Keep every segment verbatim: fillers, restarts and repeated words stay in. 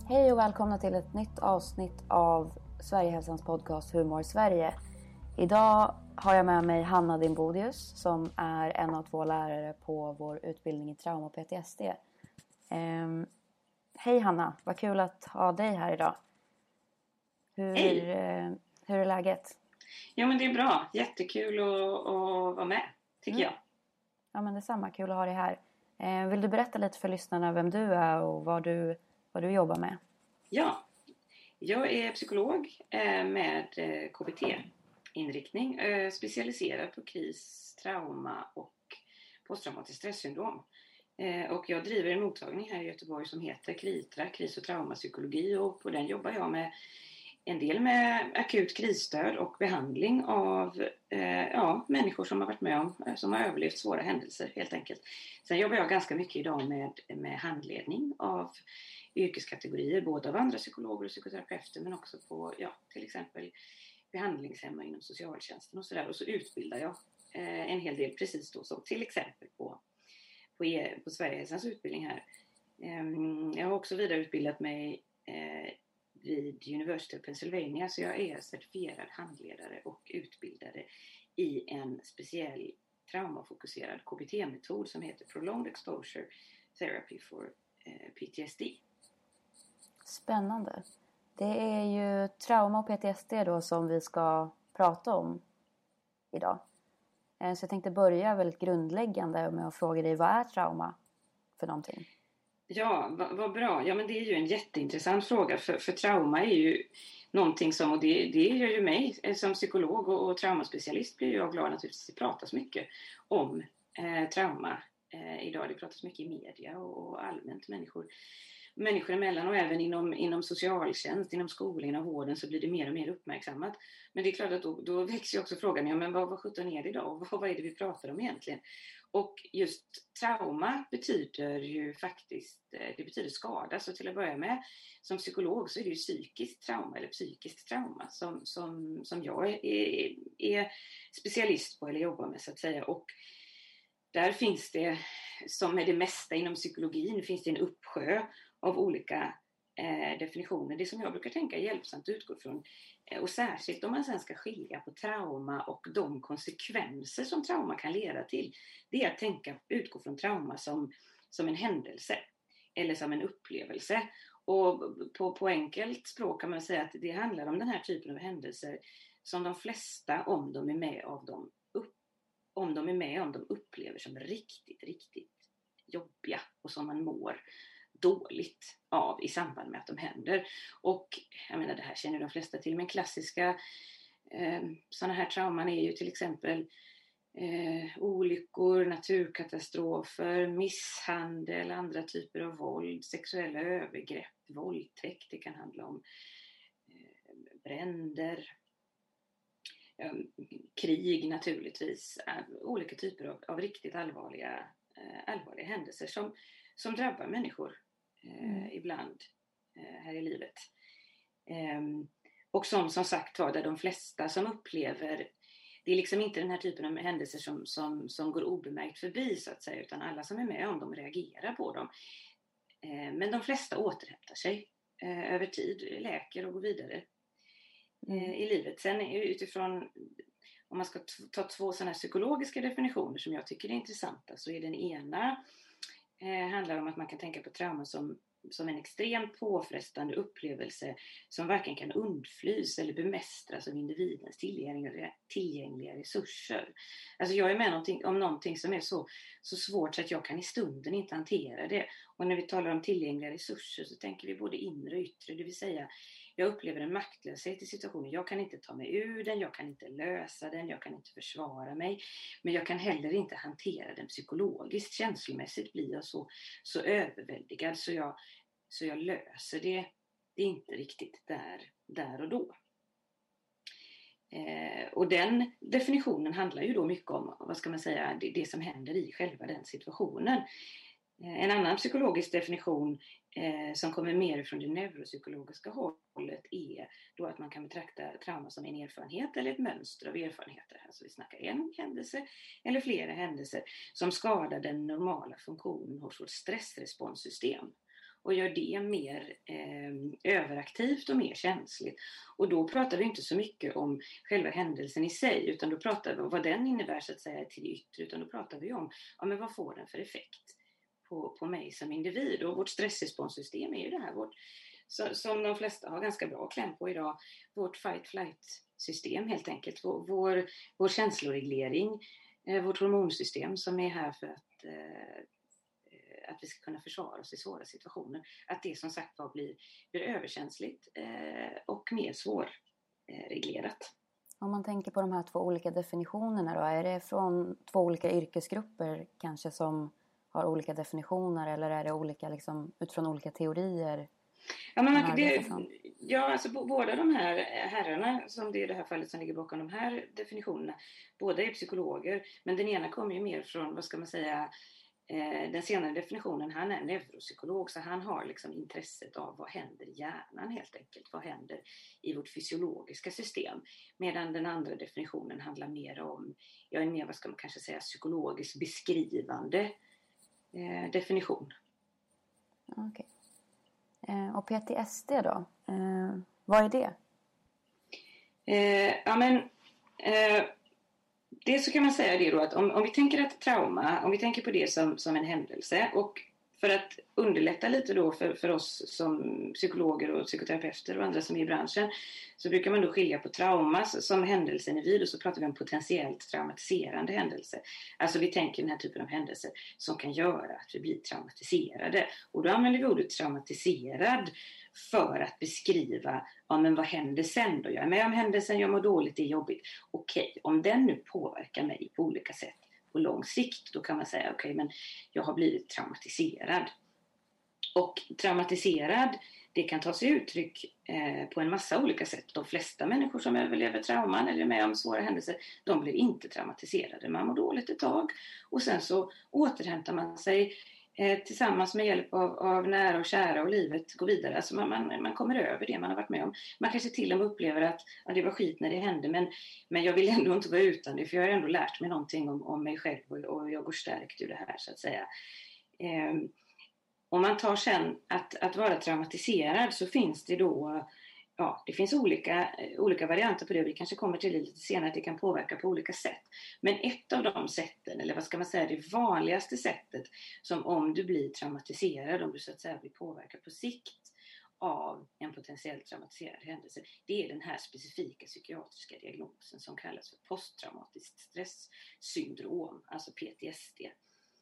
Hej och välkomna till ett nytt avsnitt av Sverigehälsans podcast Hur mår Sverige. Idag har jag med mig Hanna Dimbodius som är en av två lärare på vår utbildning i trauma och P T S D. Um, hej Hanna, vad kul att ha dig här idag. Hur, Hej. Uh, hur är läget? Ja men det är bra, jättekul att, att vara med tycker mm. jag. Ja men detsamma, kul att ha dig här. Uh, vill du berätta lite för lyssnarna vem du är och vad du, vad du jobbar med? Ja, jag är psykolog med K B T-inriktning. Specialiserad på kris, trauma och posttraumatiskt stresssyndrom. Och jag driver en mottagning här i Göteborg som heter KRITRA, kris- och traumapsykologi. Och på den jobbar jag med en del med akut krisstöd och behandling av ja, människor som har varit med om, som har överlevt svåra händelser helt enkelt. Sen jobbar jag ganska mycket idag med, med handledning av yrkeskategorier, både av andra psykologer och psykoterapeuter, men också på ja, till exempel behandlingshem inom socialtjänsten och sådär. Och så utbildar jag eh, en hel del precis då, som till exempel på, på, e, på Sverigehälsans utbildning här. Eh, jag har också vidareutbildat mig eh, vid University of Pennsylvania, så jag är certifierad handledare och utbildare i en speciell traumafokuserad K B T-metod som heter Prolonged Exposure Therapy for eh, P T S D. Spännande. Det är ju trauma och P T S D då som vi ska prata om idag. Så jag tänkte börja väldigt grundläggande med att fråga dig, vad är trauma för någonting? Ja, vad, vad bra. Ja, men det är ju en jätteintressant fråga. För, för trauma är ju någonting som, och det, det gör ju mig som psykolog och, och traumaspecialist blir jag glad naturligtvis. Det pratas mycket om eh, trauma eh, idag. Det pratas mycket i media och, och allmänt människor. Människor emellan och även inom, inom socialtjänst, inom skolan och vården så blir det mer och mer uppmärksammat. Men det är klart att då, då växer ju också frågan, ja men vad, vad sjutton är det idag? Vad, vad är det vi pratar om egentligen? Och just trauma betyder ju faktiskt, det betyder skada. Så till att börja med, som psykolog så är det ju psykiskt trauma eller psykiskt trauma som, som, som jag är, är specialist på eller jobbar med så att säga. Och där finns det, som med det mesta inom psykologin, finns det en uppsjö av olika eh, definitioner. Det som jag brukar tänka är hjälpsamt att utgå från. Eh, och särskilt om man sen ska skilja på trauma och de konsekvenser som trauma kan leda till. Det är att tänka, utgå från trauma som, som en händelse eller som en upplevelse. Och på, på enkelt språk kan man säga att det handlar om den här typen av händelser som de flesta, om de är med av dem, om de är med om de upplever som riktigt, riktigt jobbiga och som man mår dåligt av i samband med att de händer. Och jag menar, det här känner de flesta till, men klassiska eh, sådana här trauman är ju till exempel eh, olyckor, naturkatastrofer, misshandel, andra typer av våld, sexuella övergrepp, våldtäkt, det kan handla om eh, bränder, krig naturligtvis, olika typer av, av riktigt allvarliga, eh, allvarliga händelser som, som drabbar människor eh, mm. ibland eh, här i livet. Eh, och som som sagt var, där de flesta som upplever, det är liksom inte den här typen av händelser som, som, som går obemärkt förbi så att säga, utan alla som är med om dem reagerar på dem. Eh, men de flesta återhämtar sig eh, över tid, läker och går vidare Mm. i livet. Sen utifrån, om man ska t- ta två sådana här psykologiska definitioner som jag tycker är intressanta, så är den ena eh, handlar om att man kan tänka på trauma som, som en extremt påfrestande upplevelse som varken kan undflys eller bemästras av individens tillgängliga, tillgängliga resurser. Alltså jag är med någonting, om någonting som är så, så svårt så att jag kan i stunden inte hantera det. Och när vi talar om tillgängliga resurser så tänker vi både inre och yttre, det vill säga jag upplever en maktlöshet i situationen. Jag kan inte ta mig ur den, jag kan inte lösa den, jag kan inte försvara mig. Men jag kan heller inte hantera den psykologiskt. Känslomässigt blir jag så, så överväldigad så jag, så jag löser det, det är inte riktigt där, där och då. Eh, och den definitionen handlar ju då mycket om, vad ska man säga, det, det som händer i själva den situationen. En annan psykologisk definition eh, som kommer mer från det neuropsykologiska hållet är då att man kan betrakta trauma som en erfarenhet eller ett mönster av erfarenheter. Alltså vi snackar en händelse eller flera händelser som skadar den normala funktionen hos vårt stressresponssystem. och gör det mer eh, överaktivt och mer känsligt. Och då pratar vi inte så mycket om själva händelsen i sig, utan då pratar vi om vad den innebär så att säga till det yttre, utan då pratar vi om ja, men vad får den för effekt på, på mig som individ. Och vårt stressresponssystem är ju det här, vårt, så, som de flesta har ganska bra kläm på idag, vårt fight-flight-system helt enkelt, vår, vår, vår känsloreglering, eh, vårt hormonsystem som är här för att eh, att vi ska kunna försvara oss i svåra situationer. Att det som sagt var blir, blir överkänsligt eh, och mer svårreglerat. Om man tänker på de här två olika definitionerna då, är det från två olika yrkesgrupper kanske som har olika definitioner, eller är det olika liksom, utifrån olika teorier? Ja, men man, det, ja alltså båda de här herrarna, som det är det här fallet som ligger bakom de här definitionerna, båda är psykologer, men den ena kommer ju mer från, vad ska man säga, den senare definitionen, han är neuropsykolog, så han har liksom intresset av vad händer i hjärnan helt enkelt. Vad händer i vårt fysiologiska system? Medan den andra definitionen handlar mer om, jag är mer, vad ska man kanske säga, psykologiskt beskrivande eh, definition. Okej. Okay. Eh, och P T S D då? Eh, vad är det? Eh, ja men... Eh, Det så kan man säga det då att om, om vi tänker att trauma, om vi tänker på det som, som en händelse, och för att underlätta lite då för, för oss som psykologer och psykoterapeuter och andra som är i branschen, så brukar man då skilja på trauma som händelsen i vid, och så pratar vi om potentiellt traumatiserande händelse. Alltså vi tänker den här typen av händelser som kan göra att vi blir traumatiserade, och då använder vi ordet traumatiserad för att beskriva, ja men vad händer sen då? Jag är med om händelsen, jag mår dåligt, det är jobbigt. Okej, om den nu påverkar mig på olika sätt på lång sikt, då kan man säga okej, men jag har blivit traumatiserad. Och traumatiserad, det kan ta sig uttryck eh, på en massa olika sätt. De flesta människor som överlever trauman eller är med om svåra händelser, de blir inte traumatiserade. Man mår dåligt ett tag och sen så återhämtar man sig tillsammans med hjälp av, av nära och kära, och livet går vidare. Alltså man, man, man kommer över det man har varit med om. Man kanske till och med upplever att ja, det var skit när det hände, men, men jag vill ändå inte vara utan det, för jag har ändå lärt mig någonting om, om mig själv, och, och jag går stärkt ur det här så att säga. Eh, om man tar sen att, att vara traumatiserad, så finns det då Ja, det finns olika, olika varianter på det, och vi kanske kommer till det lite senare, att det kan påverka på olika sätt. Men ett av de sätten, eller vad ska man säga, det vanligaste sättet som om du blir traumatiserad, om du så att säga blir påverkad på sikt av en potentiellt traumatiserad händelse, det är den här specifika psykiatriska diagnosen som kallas för posttraumatiskt stresssyndrom, alltså P T S D.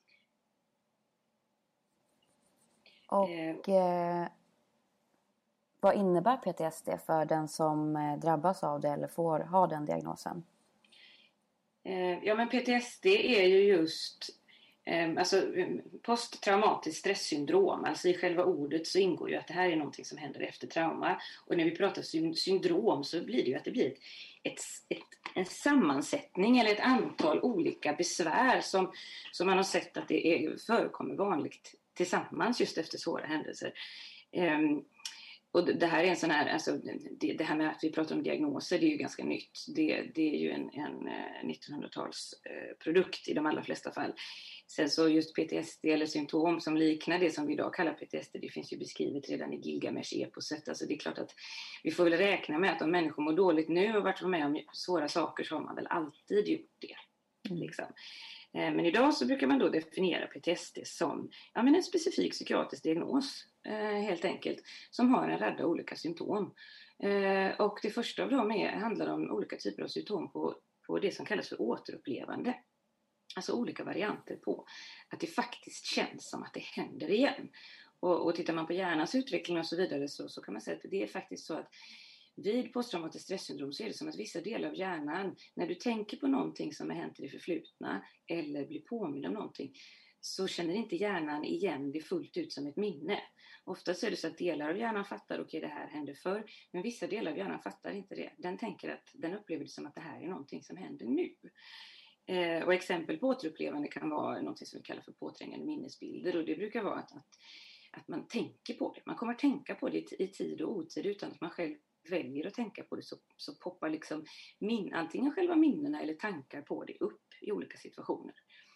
Och... Eh... Vad innebär P T S D för den som drabbas av det eller får ha den diagnosen? Ja, men P T S D är ju just alltså, posttraumatiskt stresssyndrom. Alltså i själva ordet så ingår ju att det här är någonting som händer efter trauma. Och när vi pratar syndrom så blir det ju att det blir ett, ett, ett, en sammansättning eller ett antal olika besvär som, som man har sett att det är, förekommer vanligt tillsammans just efter svåra händelser. Och det här är en sån här, alltså det, det här med att vi pratar om diagnoser, det är ju ganska nytt. Det, det är ju en, en nittonhundratalsprodukt i de allra flesta fall. Sen så just P T S D eller symptom som liknar det som vi idag kallar P T S D, det finns ju beskrivet redan i Gilgamesh-eposet. Alltså det är klart att vi får väl räkna med att om människor mår dåligt nu och varit med om svåra saker, så har man väl alltid gjort det. Mm. Liksom. Men idag så brukar man då definiera P T S D som ja, men en specifik psykiatrisk diagnos helt enkelt, som har en radda olika symptom. Och det första av dem är, handlar om olika typer av symptom på, på det som kallas för återupplevande. Alltså olika varianter på att det faktiskt känns som att det händer igen. Och, och tittar man på hjärnans utveckling och så vidare, så, så kan man säga att det är faktiskt så att vid posttraumatiskt stresssyndrom så är det som att vissa delar av hjärnan, när du tänker på någonting som har hänt i det förflutna eller blir påmind om någonting, så känner inte hjärnan igen det fullt ut som ett minne. Oftast är det så att delar av hjärnan fattar, okej okay, det här hände förr, men vissa delar av hjärnan fattar inte det. Den tänker att den upplever det som att det här är någonting som händer nu. Eh, och exempel på återupplevande kan vara något som vi kallar för påträngande minnesbilder, och det brukar vara att, att, att man tänker på det. Man kommer att tänka på det i, i tid och otid utan att man själv väljer att tänka på det, så, så poppar liksom min, antingen själva minnena eller tankar på det upp i olika situationer.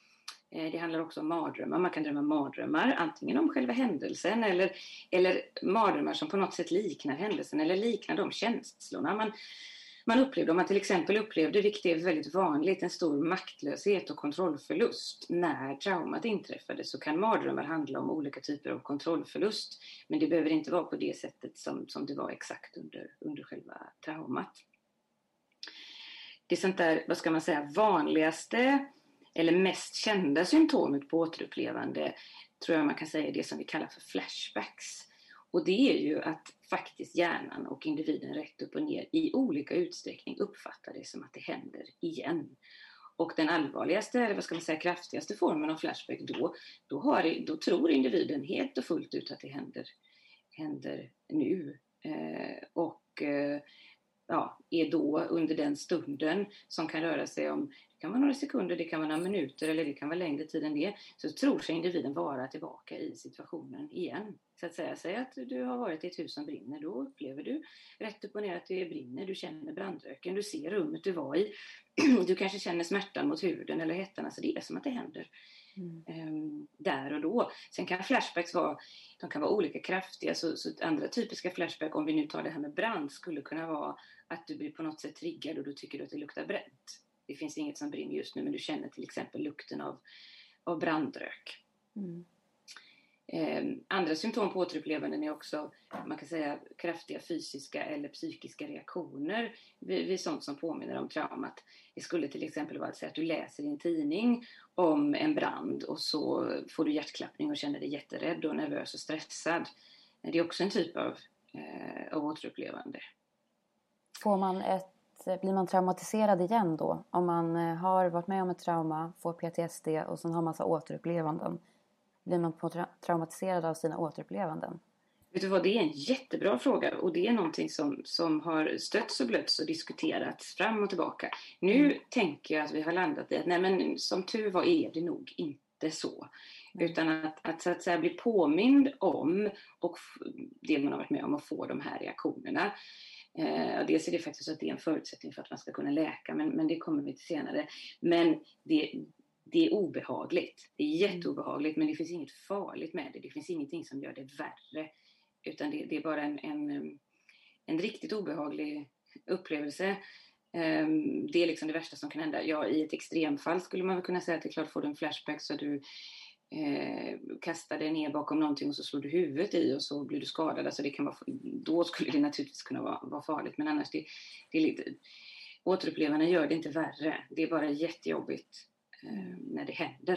Det handlar också om mardrömmar. Man kan drömma mardrömmar, antingen om själva händelsen eller, eller mardrömmar som på något sätt liknar händelsen eller liknar de känslorna man, man upplevde. Om man till exempel upplevde, vilket är väldigt vanligt, en stor maktlöshet och kontrollförlust när traumat inträffade, så kan mardrömmar handla om olika typer av kontrollförlust. Men det behöver inte vara på det sättet som, som det var exakt under, under själva traumat. Det är sånt där, vad ska man säga, vanligaste eller mest kända symptomet på återupplevande, tror jag man kan säga, är det som vi kallar för flashbacks. Och det är ju att faktiskt hjärnan och individen rätt upp och ner i olika utsträckning uppfattar det som att det händer igen. Och den allvarligaste, eller vad ska man säga, kraftigaste formen av flashback då, då, har, då tror individen helt och fullt ut att det händer, händer nu. Eh, och eh, ja, är då under den stunden, som kan röra sig om, det kan vara några sekunder, det kan vara några minuter eller det kan vara längre tid än det, så tror sig individen vara tillbaka i situationen igen. Så att säga, säg att du har varit i ett hus som brinner, då upplever du rätt upp och ner att det brinner, du känner brandröken, du ser rummet du var i, du kanske känner smärtan mot huden eller hettan, alltså det är som att det händer. Mm. Um, där och då. Sen kan flashbacks vara, de kan vara olika kraftiga, så, så andra typiska flashback, om vi nu tar det här med brand, skulle kunna vara att du blir på något sätt triggad och du tycker att det luktar bränt. Det finns inget som brinner just nu, men du känner till exempel lukten av, av brandrök. Mm. Eh, andra symptom på återupplevanden är också, man kan säga, kraftiga fysiska eller psykiska reaktioner vid, vid sånt som påminner om traumat. Det skulle till exempel vara att säga att du läser i en tidning om en brand och så får du hjärtklappning och känner dig jätterädd och nervös och stressad. Det är också en typ av, eh, av återupplevande. Får man ett, blir man traumatiserad igen då? Om man har varit med om ett trauma, får P T S D och sen har massa återupplevanden. Blir man tra- traumatiserad av sina återupplevanden? Vet du vad, det är en jättebra fråga och det är någonting som, som har stötts och blötts och diskuterats fram och tillbaka. Nu mm. tänker jag att vi har landat i att nej, men som tur var är det nog inte så. Mm. Utan att, att, så att säga, bli påmind om och det man har varit med om att få de här reaktionerna. Eh, dels är det faktiskt så att det är en förutsättning för att man ska kunna läka, men, men det kommer vi till senare. Men det, det är obehagligt. Det är jätteobehagligt, men det finns inget farligt med det. Det finns ingenting som gör det värre. Utan det, det är bara en, en, en riktigt obehaglig upplevelse. Eh, det är liksom det värsta som kan hända. Ja, i ett extremfall skulle man väl kunna säga att det är klart, får du en flashback så du Eh, kastar dig ner bakom någonting och så slår du huvudet i och så blir du skadad. Alltså det kan vara, då skulle det naturligtvis kunna vara, vara farligt, men annars det, det är lite, återupplevande gör det inte värre. Det är bara jättejobbigt eh, när det händer.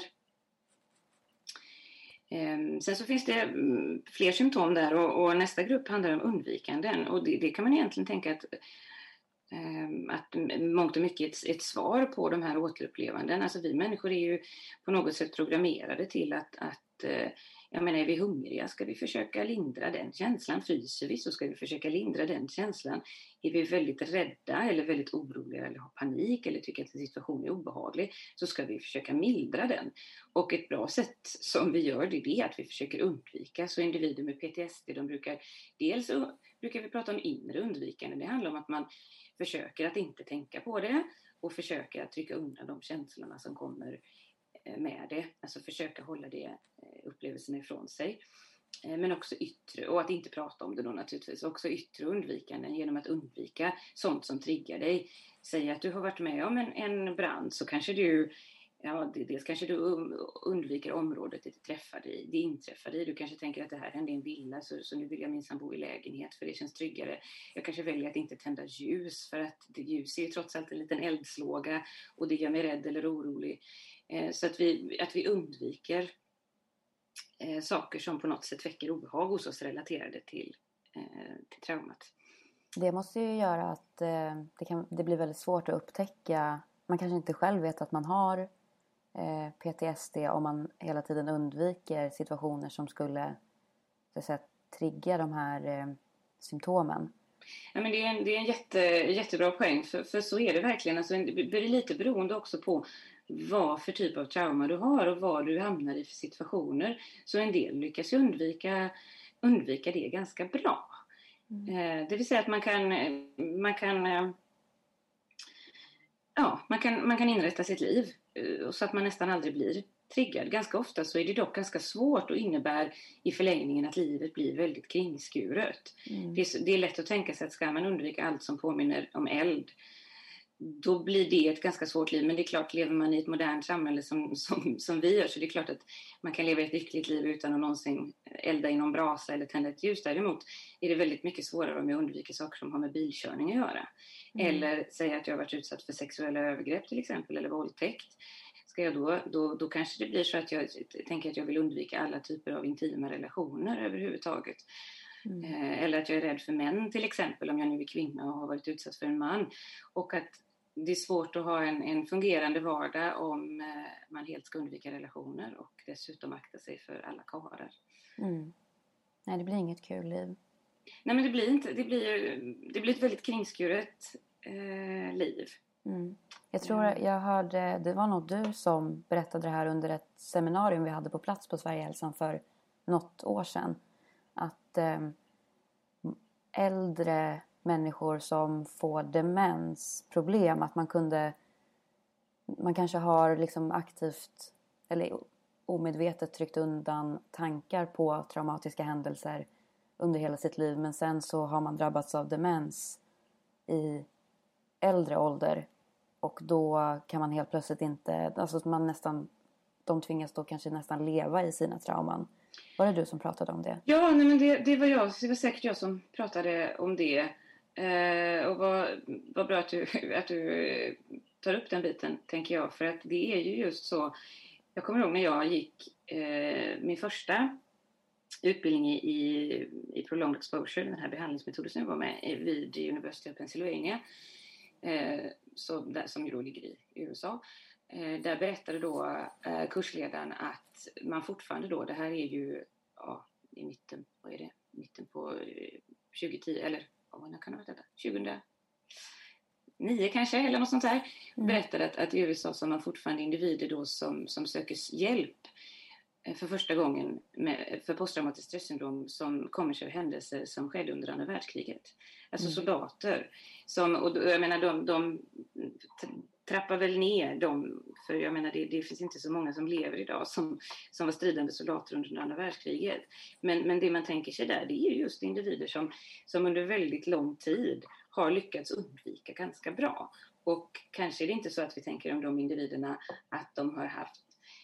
Eh, sen så finns det mm, fler symptom där och, och nästa grupp handlar om undvikanden och det, det kan man egentligen tänka att att mångt och mycket är ett, ett svar på de här återupplevanden. Alltså vi människor är ju på något sätt programmerade till att, att jag menar, är vi hungriga ska vi försöka lindra den känslan. Fryser vi så ska vi försöka lindra den känslan. Är vi väldigt rädda eller väldigt oroliga eller har panik eller tycker att en situation är obehaglig så ska vi försöka mildra den. Och ett bra sätt som vi gör det är att vi försöker undvika. Så individer med P T S D, de brukar, dels brukar vi prata om inre undvikande. Det handlar om att man försöker att inte tänka på det och försöker att trycka undan de känslorna som kommer med det. Alltså försöka hålla det upplevelsen ifrån sig. Men också yttre, och att inte prata om det då naturligtvis. Också yttre undvikanden genom att undvika sånt som triggar dig. Säg att du har varit med om en, en brand så kanske du, ja, dels kanske du undviker området det träffade i, det inträffade i. Du kanske tänker att det här hände i en villa så, så nu vill jag minsann bo i lägenhet för det känns tryggare. Jag kanske väljer att inte tända ljus för att det ljus är ju trots allt en liten eldslåga och det gör mig rädd eller orolig. Eh, så att vi, att vi undviker eh, saker som på något sätt väcker obehag hos oss relaterade till, eh, till traumat. Det måste ju göra att eh, det, kan, det blir väldigt svårt att upptäcka. Man kanske inte själv vet att man har P T S D om man hela tiden undviker situationer som skulle så att säga, trigga de här eh, symptomen. Ja, men det är en, det är en jätte, jättebra poäng för, för så är det verkligen. Alltså, det är lite beroende också på vad för typ av trauma du har och vad du hamnar i för situationer. Så en del lyckas undvika, undvika det ganska bra. Mm. Eh, det vill säga att man kan, man kan Ja, man kan, man kan inrätta sitt liv så att man nästan aldrig blir triggad. Ganska ofta så är det dock ganska svårt och innebär i förlängningen att livet blir väldigt kringskuret. Mm. Det, är, det är lätt att tänka sig att ska man undvika allt som påminner om eld, då blir det ett ganska svårt liv. Men det är klart, lever man i ett modernt samhälle som, som, som vi gör, så det är klart att man kan leva ett lyckligt liv utan att någonsin elda i någon brasa eller tända ett ljus. Däremot är det väldigt mycket svårare om jag undviker saker som har med bilkörning att göra. Mm. Eller säga att jag har varit utsatt för sexuella övergrepp till exempel, eller våldtäkt. Ska jag då, då, då kanske det blir så att jag tänker att jag vill undvika alla typer av intima relationer överhuvudtaget. Mm. Eller att jag är rädd för män till exempel, om jag nu är kvinna och har varit utsatt för en man. Och att det är svårt att ha en, en fungerande vardag om man helt ska undvika relationer och dessutom akta sig för alla karlar. Mm. Nej, det blir inget kul liv. Nej, men det blir inte. Det blir, det blir ett väldigt kringskuret eh, liv. Mm. Jag tror jag hörde, det var nog du som berättade det här under ett seminarium vi hade på plats på Sverigehälsan för något år sedan. Att eh, äldre människor som får demensproblem, att man kunde, man kanske har liksom aktivt eller omedvetet tryckt undan tankar på traumatiska händelser under hela sitt liv, men sen så har man drabbats av demens i äldre ålder och då kan man helt plötsligt inte, alltså man nästan, de tvingas då kanske nästan leva i sina trauman. Var det du som pratade om det? Ja, nej, men det, det var jag, det var säkert jag som pratade om det. Eh, och vad, vad bra att du, att du tar upp den biten, tänker jag. För att det är ju just så. Jag kommer ihåg när jag gick eh, min första utbildning i, i, i prolonged exposure, den här behandlingsmetoden som jag var med vid University of Pennsylvania, eh, så, där, som ju då ligger i U S A. Eh, där berättade då eh, kursledaren att man fortfarande då, det här är ju ja, i mitten, vad är det? Mitten på eh, tjugohundratio, eller vad kan det vara detta? tjugohundranio kanske, eller något sånt där. Mm. Berättade att, att i U S A så har man fortfarande individer då som, som söker hjälp för första gången med, för posttraumatiskt stressyndrom som kommer sig av händelser som skedde under andra världskriget. Alltså mm. soldater som, och jag menar de, de trappar väl ner dem, för jag menar det, det finns inte så många som lever idag som, som var stridande soldater under andra världskriget. Men, men det man tänker sig där, det är just individer som, som under väldigt lång tid har lyckats undvika ganska bra. Och kanske är det inte så att vi tänker om de individerna att de har haft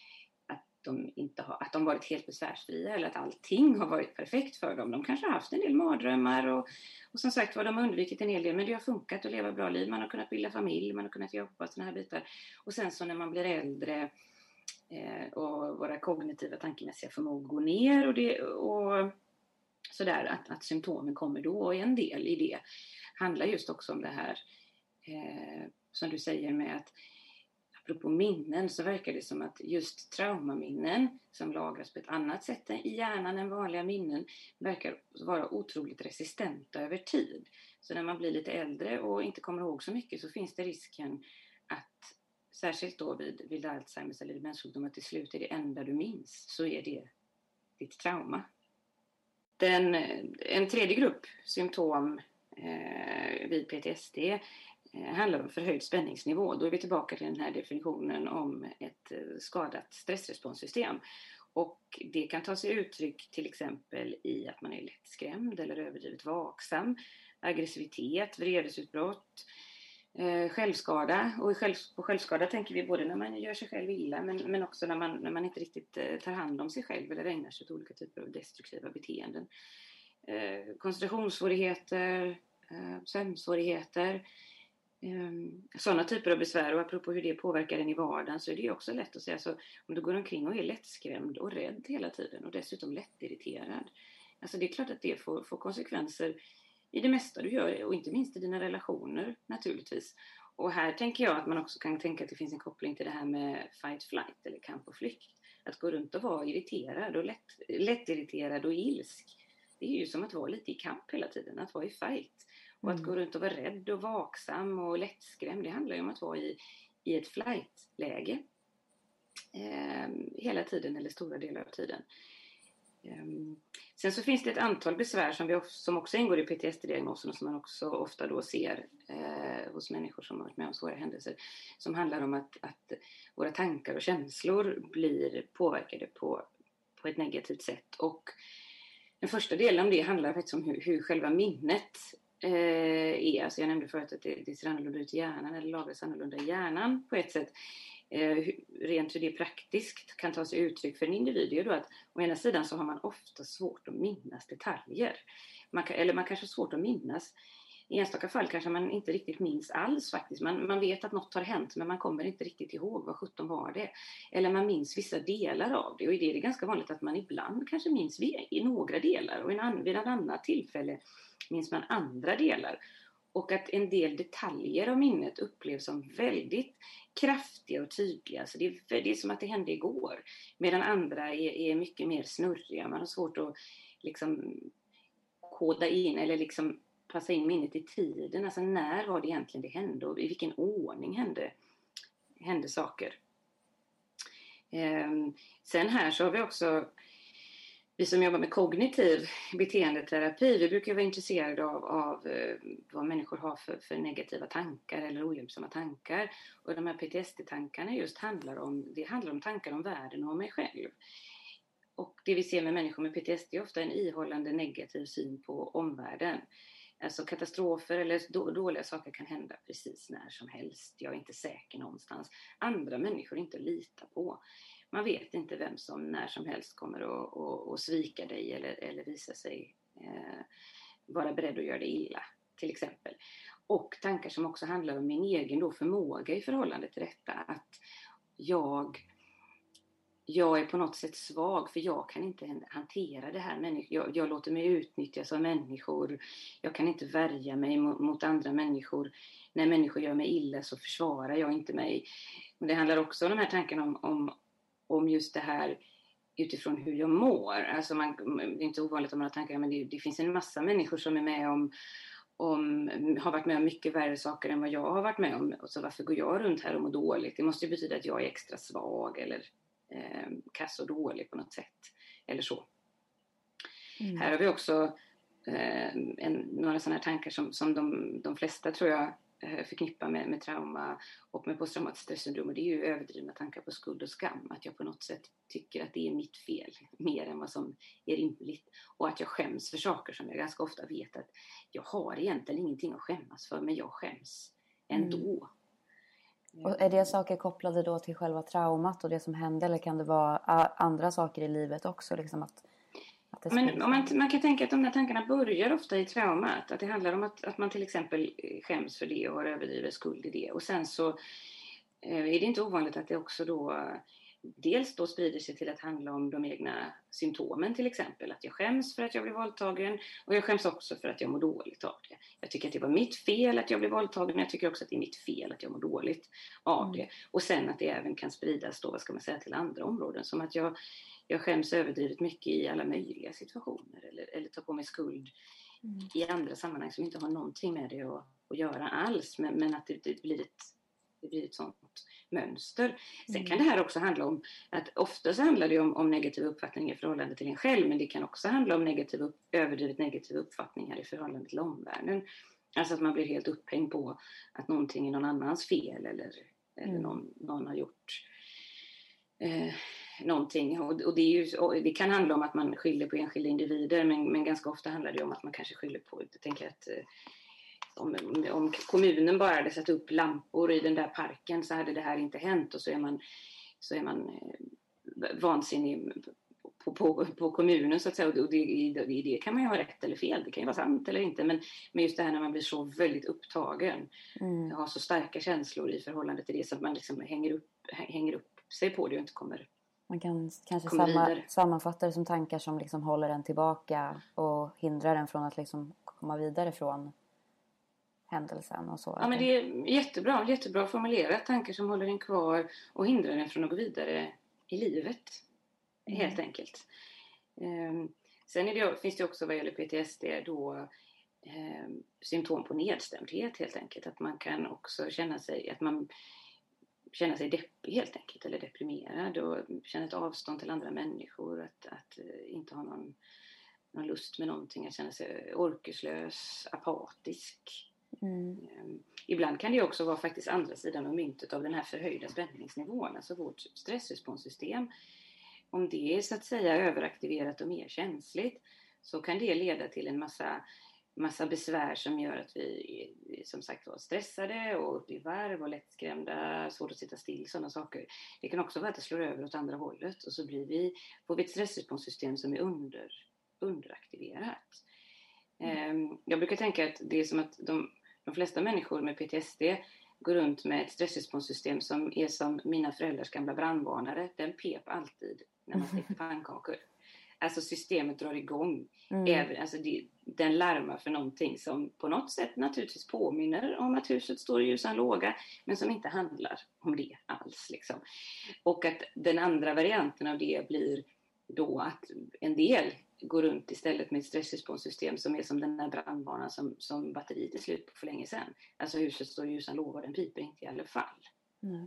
de inte har, att de varit helt besvärsfria eller att allting har varit perfekt för dem. De kanske har haft en del mardrömmar och, och som sagt var de har undvikit en hel del, men det har funkat att leva bra liv. Man har kunnat bilda familj, man har kunnat jobba, såna här bitar. Och sen så när man blir äldre eh, och våra kognitiva tankemässiga förmågor går ner och, det, och sådär, att, att symptomen kommer då. Och en del i det handlar just också om det här eh, som du säger med att apropå minnen, så verkar det som att just traumaminnen som lagras på ett annat sätt i hjärnan än vanliga minnen verkar vara otroligt resistenta över tid. Så när man blir lite äldre och inte kommer ihåg så mycket så finns det risken att, särskilt då vid, vid Alzheimers eller demenssjukdom, att till slut är det enda du minns, så är det ditt trauma. Den, en tredje grupp symptom eh, vid P T S D handlar om förhöjd spänningsnivå. Då är vi tillbaka till den här definitionen om ett skadat stressresponssystem. Och det kan ta sig uttryck till exempel i att man är lättskrämd eller överdrivet vaksam, aggressivitet, vredesutbrott, eh, självskada. Och i själv, på självskada tänker vi både när man gör sig själv illa men, men också när man, när man inte riktigt eh, tar hand om sig själv eller ägnar sig åt olika typer av destruktiva beteenden. Eh, koncentrationssvårigheter, eh, sömnsvårigheter, sådana typer av besvär. Och apropå hur det påverkar en i vardagen, så är det ju också lätt att säga, så om du går omkring och är lättskrämd och rädd hela tiden och dessutom lättirriterad, alltså det är klart att det får, får konsekvenser i det mesta du gör och inte minst i dina relationer naturligtvis. Och här tänker jag att man också kan tänka att det finns en koppling till det här med fight flight eller kamp och flykt. Att gå runt och vara irriterad och lätt, lättirriterad och ilsk, det är ju som att vara lite i kamp hela tiden, att vara i fight. Och att gå runt och vara rädd och vaksam och lättskrämd, det handlar ju om att vara i, i ett flight-läge eh, hela tiden eller stora delar av tiden. Sen så finns det ett antal besvär som, vi, som också ingår i P T S D-diagnosen och som man också ofta då ser eh, hos människor som har varit med om svåra händelser. Som handlar om att, att våra tankar och känslor blir påverkade på, på ett negativt sätt. Och den första delen om det handlar faktiskt om hur, hur själva minnet eh, är. Alltså jag nämnde förut att det, det ser annorlunda ut i hjärnan eller lagras annorlunda i hjärnan på ett sätt. Eh, rent hur det praktiskt kan ta sig uttryck för en individ är då att å ena sidan så har man ofta svårt att minnas detaljer. Man kan, eller man kanske har svårt att minnas. I enstaka fall kanske man inte riktigt minns alls faktiskt. Man, man vet att något har hänt men man kommer inte riktigt ihåg vad sjutton var det. Eller man minns vissa delar av det. Och i det är det ganska vanligt att man ibland kanske minns i några delar. Och vid ett annat tillfälle minns man andra delar. Och att en del detaljer av minnet upplevs som väldigt kraftiga och tydliga. Så det är, det är som att det hände igår. Medan andra är, är mycket mer snurriga. Man har svårt att liksom koda in eller liksom passa in minnet i tiden. Alltså när var det egentligen det hände och i vilken ordning hände, hände saker. Ehm, sen här så har vi också, vi som jobbar med kognitiv beteendeterapi, vi brukar vara intresserade av, av eh, vad människor har för, för negativa tankar eller ohjälpsamma tankar. Och de här P T S D-tankarna just handlar om, det handlar om tankar om världen och om mig själv. Och det vi ser med människor med P T S D är ofta en ihållande negativ syn på omvärlden. Alltså katastrofer eller då, dåliga saker kan hända precis när som helst. Jag är inte säker någonstans. Andra människor inte att lita på. Man vet inte vem som när som helst kommer att, att, att svika dig eller, eller visa sig eh, vara beredd att göra det illa, till exempel. Och tankar som också handlar om min egen då förmåga i förhållande till detta. Att jag, jag är på något sätt svag för jag kan inte hantera det här. Jag, jag låter mig utnyttjas av människor. Jag kan inte värja mig mot, mot andra människor. När människor gör mig illa så försvarar jag inte mig. Men det handlar också om de här tankarna om, om om just det här utifrån hur jag mår. Alltså man, det är inte ovanligt om man har tankar, men det, det finns en massa människor som är med om, om, har varit med om mycket värre saker än vad jag har varit med om. Och så varför går jag runt här och mår dåligt? Det måste ju betyda att jag är extra svag eller eh, kass och dålig på något sätt. Eller så. Mm. Här har vi också eh, en, några sådana här tankar som, som de, de flesta tror jag förknippa med, med trauma och med posttraumatiskt stressyndrom, och det är ju överdrivna tankar på skuld och skam, att jag på något sätt tycker att det är mitt fel mer än vad som är rimligt och att jag skäms för saker som jag ganska ofta vet att jag har egentligen ingenting att skämmas för, men jag skäms ändå. Mm. Och är det saker kopplade då till själva traumat och det som hände, eller kan det vara andra saker i livet också liksom att Men om man, man kan tänka att de här tankarna börjar ofta i traumat. Att det handlar om att, att man till exempel skäms för det och har överdrivet skuld i det. Och sen så eh, är det inte ovanligt att det också då dels då sprider sig till att handla om de egna symptomen till exempel. Att jag skäms för att jag blev våldtagen och jag skäms också för att jag mår dåligt av det. Jag tycker att det var mitt fel att jag blev våldtagen, men jag tycker också att det är mitt fel att jag mår dåligt av mm. det. Och sen att det även kan spridas då, vad ska man säga, till andra områden. Som att jag Jag skäms överdrivet mycket i alla möjliga situationer. Eller, eller tar på mig skuld mm. i andra sammanhang som inte har någonting med det att, att göra alls. Men, men att det, det, blir ett, det blir ett sånt mönster. Sen mm. kan det här också handla om att ofta så handlar det om, om negativa uppfattningar i förhållande till en själv. Men det kan också handla om negativ, överdrivet negativa uppfattningar i förhållande till omvärlden. Alltså att man blir helt upphängd på att någonting är någon annans fel. Eller, eller mm. någon, någon har gjort Eh, någonting. Och, och, det är ju, och det kan handla om att man skyller på enskilda individer, men, men ganska ofta handlar det om att man kanske skyller på, jag tänker att eh, om, om kommunen bara hade satt upp lampor i den där parken så hade det här inte hänt, och så är man, så är man eh, vansinnig på, på, på kommunen så att säga, och det, i, i det kan man ju ha rätt eller fel, det kan ju vara sant eller inte, men, men just det här när man blir så väldigt upptagen mm. har så starka känslor i förhållande till det så att man liksom hänger upp, hänger upp sig på det och inte kommer. Man kan kanske samma, sammanfatta det som tankar som liksom håller en tillbaka och hindrar en från att liksom komma vidare från händelsen och så. Ja, men det är jättebra, jättebra formulerat. Tankar som håller en kvar och hindrar en från att gå vidare i livet. Mm. Helt enkelt. Um, sen är det, finns det också vad gäller P T S D då um, symptom på nedstämdhet helt enkelt. Att man kan också känna sig att man känna sig deppig helt enkelt, eller deprimerad och känna ett avstånd till andra människor, att, att inte ha någon, någon lust med någonting, att känna sig orkeslös, apatisk. Mm. Ibland kan det också vara faktiskt andra sidan av myntet av den här förhöjda spänningsnivån, alltså vårt stressresponssystem. Om det är så att säga överaktiverat och mer känsligt, så kan det leda till en massa, massa besvär som gör att vi är, som sagt var, stressade och upp i varv och lättskrämda, svårt att sitta still, sådana saker. Det kan också vara att det slår över åt andra hållet och så blir vi, får vi ett stressresponssystem som är under, underaktiverat. Mm. Jag brukar tänka att det är som att de, de flesta människor med P T S D går runt med ett stressresponssystem som är som mina föräldrars gamla brandvarnare. Den pep alltid när man stekte pannkakor. Alltså systemet drar igång. Mm. Även, alltså det, den larmar för någonting som på något sätt naturligtvis påminner om att huset står i ljusan låga, men som inte handlar om det alls. Liksom. Och att den andra varianten av det blir då att en del går runt istället med ett stressresponssystem som är som den här brandvarnaren som, som batteriet är slut på för länge sedan. Alltså huset står i ljusan låga, den piper inte i alla fall. Mm.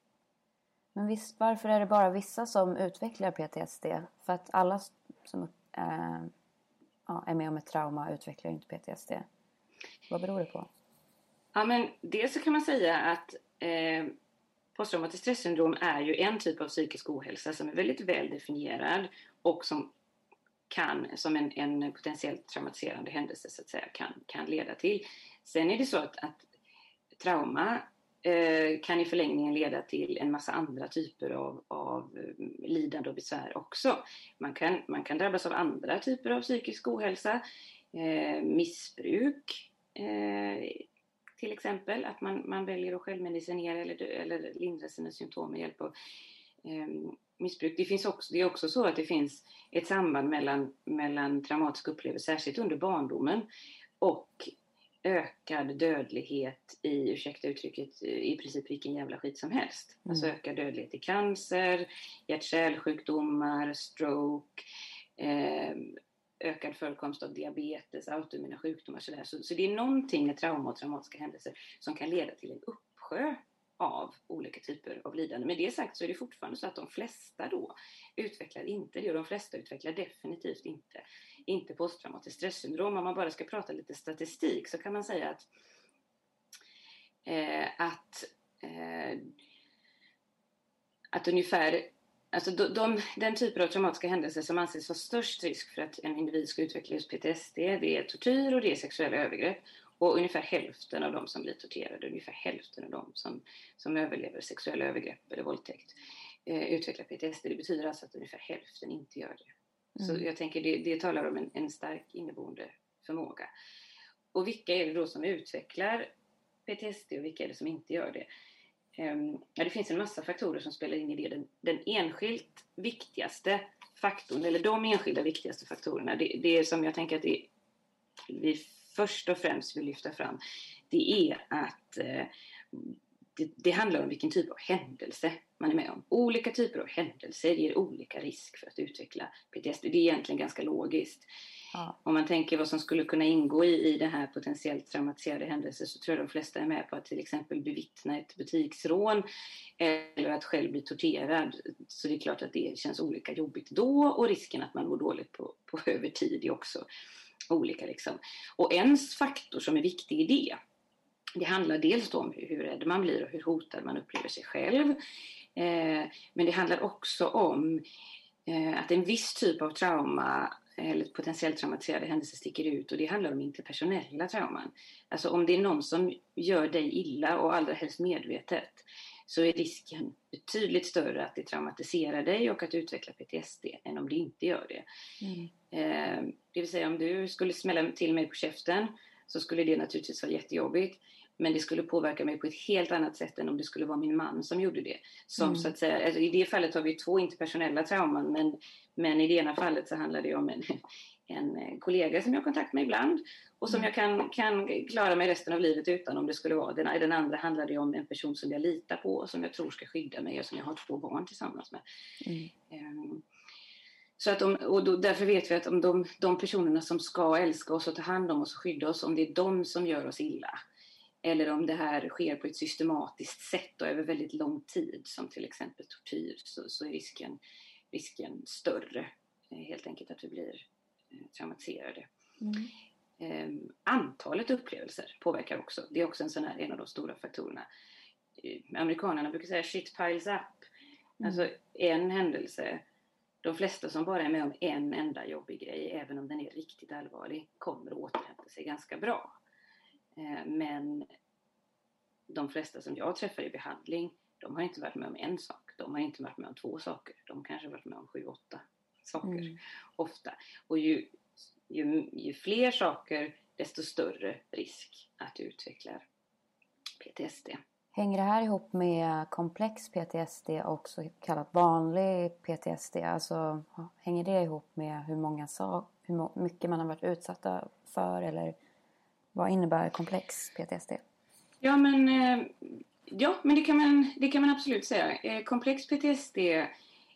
Men visst, varför är det bara vissa som utvecklar P T S D? För att alla som äh, ja, är med om ett trauma utvecklar inte P T S D. Vad beror det på? Ja, men dels så kan man säga att eh, posttraumatiskt stresssyndrom är ju en typ av psykisk ohälsa som är väldigt väl definierad och som kan, som en, en potentiellt traumatiserande händelse så att säga, kan, kan leda till. Sen är det så att, att trauma eh, kan i förlängningen leda till en massa andra typer av, av lidande och besvär också. Man kan, man kan drabbas av andra typer av psykisk ohälsa, eh, missbruk eh, till exempel, att man, man väljer att självmedicinera eller, eller lindra sina symptom med hjälp av eh, missbruk. Det, finns också, det är också så att det finns ett samband mellan, mellan traumatiska upplevelser, särskilt under barndomen, och ökad dödlighet i, ursäkta uttrycket, i princip vilken jävla skit som helst. Mm. Alltså ökad dödlighet i cancer, hjärt-kärlsjukdomar, stroke, eh, ökad förekomst av diabetes, autoimmuna sjukdomar. Så, så, så det är någonting med trauma och traumatiska händelser som kan leda till en uppsjö av olika typer av lidande. Med det sagt så är det fortfarande så att de flesta då utvecklar inte det, och de flesta utvecklar definitivt inte, inte posttraumatiskt stresssyndrom. Om man bara ska prata lite statistik så kan man säga att eh, att, eh, att ungefär alltså de, de, den typen av traumatiska händelser som anses vara störst risk för att en individ ska utveckla just P T S D, det är tortyr och det är sexuella övergrepp. Och ungefär hälften av de som blir torterade, ungefär hälften av de som, som överlever sexuella övergrepp eller våldtäkt eh, utvecklar P T S D. Det betyder alltså att ungefär hälften inte gör det. Mm. Så jag tänker det, det talar om en, en stark inneboende förmåga. Och vilka är det då som utvecklar P T S D och vilka är det som inte gör det? Um, ja, det finns en massa faktorer som spelar in i det. Den, den enskilt viktigaste faktorn, eller de enskilda viktigaste faktorerna, det, det är som jag tänker att det, vi först och främst vill lyfta fram, det är att eh, det, det handlar om vilken typ av händelse man är med om. Olika typer av händelser ger olika risk för att utveckla P T S D. Det är egentligen ganska logiskt. Ja. Om man tänker vad som skulle kunna ingå i, i det här potentiellt traumatiserade händelser, så tror jag de flesta är med på att till exempel bevittna ett butiksrån eller att själv bli torterad. Så det är klart att det känns olika jobbigt då, och risken att man mår dåligt på, på över tid är också olika. Liksom. Och en faktor som är viktig i det, det handlar dels om hur rädd man blir och hur hotad man upplever sig själv. Eh, men det handlar också om eh, att en viss typ av trauma eller potentiellt traumatiserade händelser sticker ut, och det handlar om interpersonella trauman. Alltså om det är någon som gör dig illa och allra helst medvetet, så är risken betydligt större att det traumatiserar dig och att utveckla P T S D än om det inte gör det. Mm. Eh, det vill säga om du skulle smälla till mig på käften, så skulle det naturligtvis vara jättejobbigt. Men det skulle påverka mig på ett helt annat sätt än om det skulle vara min man som gjorde det. Som mm. så att säga, alltså i det fallet har vi två interpersonella trauman. Men, men i det ena fallet så handlar det om en, en kollega som jag har kontakt med ibland. Och som mm. jag kan, kan klara mig resten av livet utan om det skulle vara. Den, den andra handlar det om en person som jag litar på och som jag tror ska skydda mig. Och som jag har två barn tillsammans med. Mm. Um, Så att om, och då, därför vet vi att om de, de personerna som ska älska oss och ta hand om oss och skydda oss, om det är de som gör oss illa, eller om det här sker på ett systematiskt sätt och över väldigt lång tid, som till exempel tortyr, så, så är risken, risken större. Helt enkelt att vi blir traumatiserade. Mm. Um, antalet upplevelser påverkar också. Det är också en, sån här, en av de stora faktorerna. Uh, amerikanerna brukar säga shit piles up. Mm. Alltså en händelse. De flesta som bara är med om en enda jobbig grej, även om den är riktigt allvarlig, kommer att återhämta sig ganska bra. Uh, men de flesta som jag träffar i behandling, de har inte varit med om en sak. De har inte varit med om två saker. De kanske har varit med om sju, åtta saker. Mm. Ofta. Och ju Ju, ju fler saker, desto större risk att du utvecklar P T S D. Hänger det här ihop med komplex P T S D och så kallat vanlig P T S D? Alltså, hänger det ihop med hur många sak, hur mycket man har varit utsatta för? Eller vad innebär komplex P T S D? Ja, men, ja, men det, kan man, det kan man absolut säga. Komplex P T S D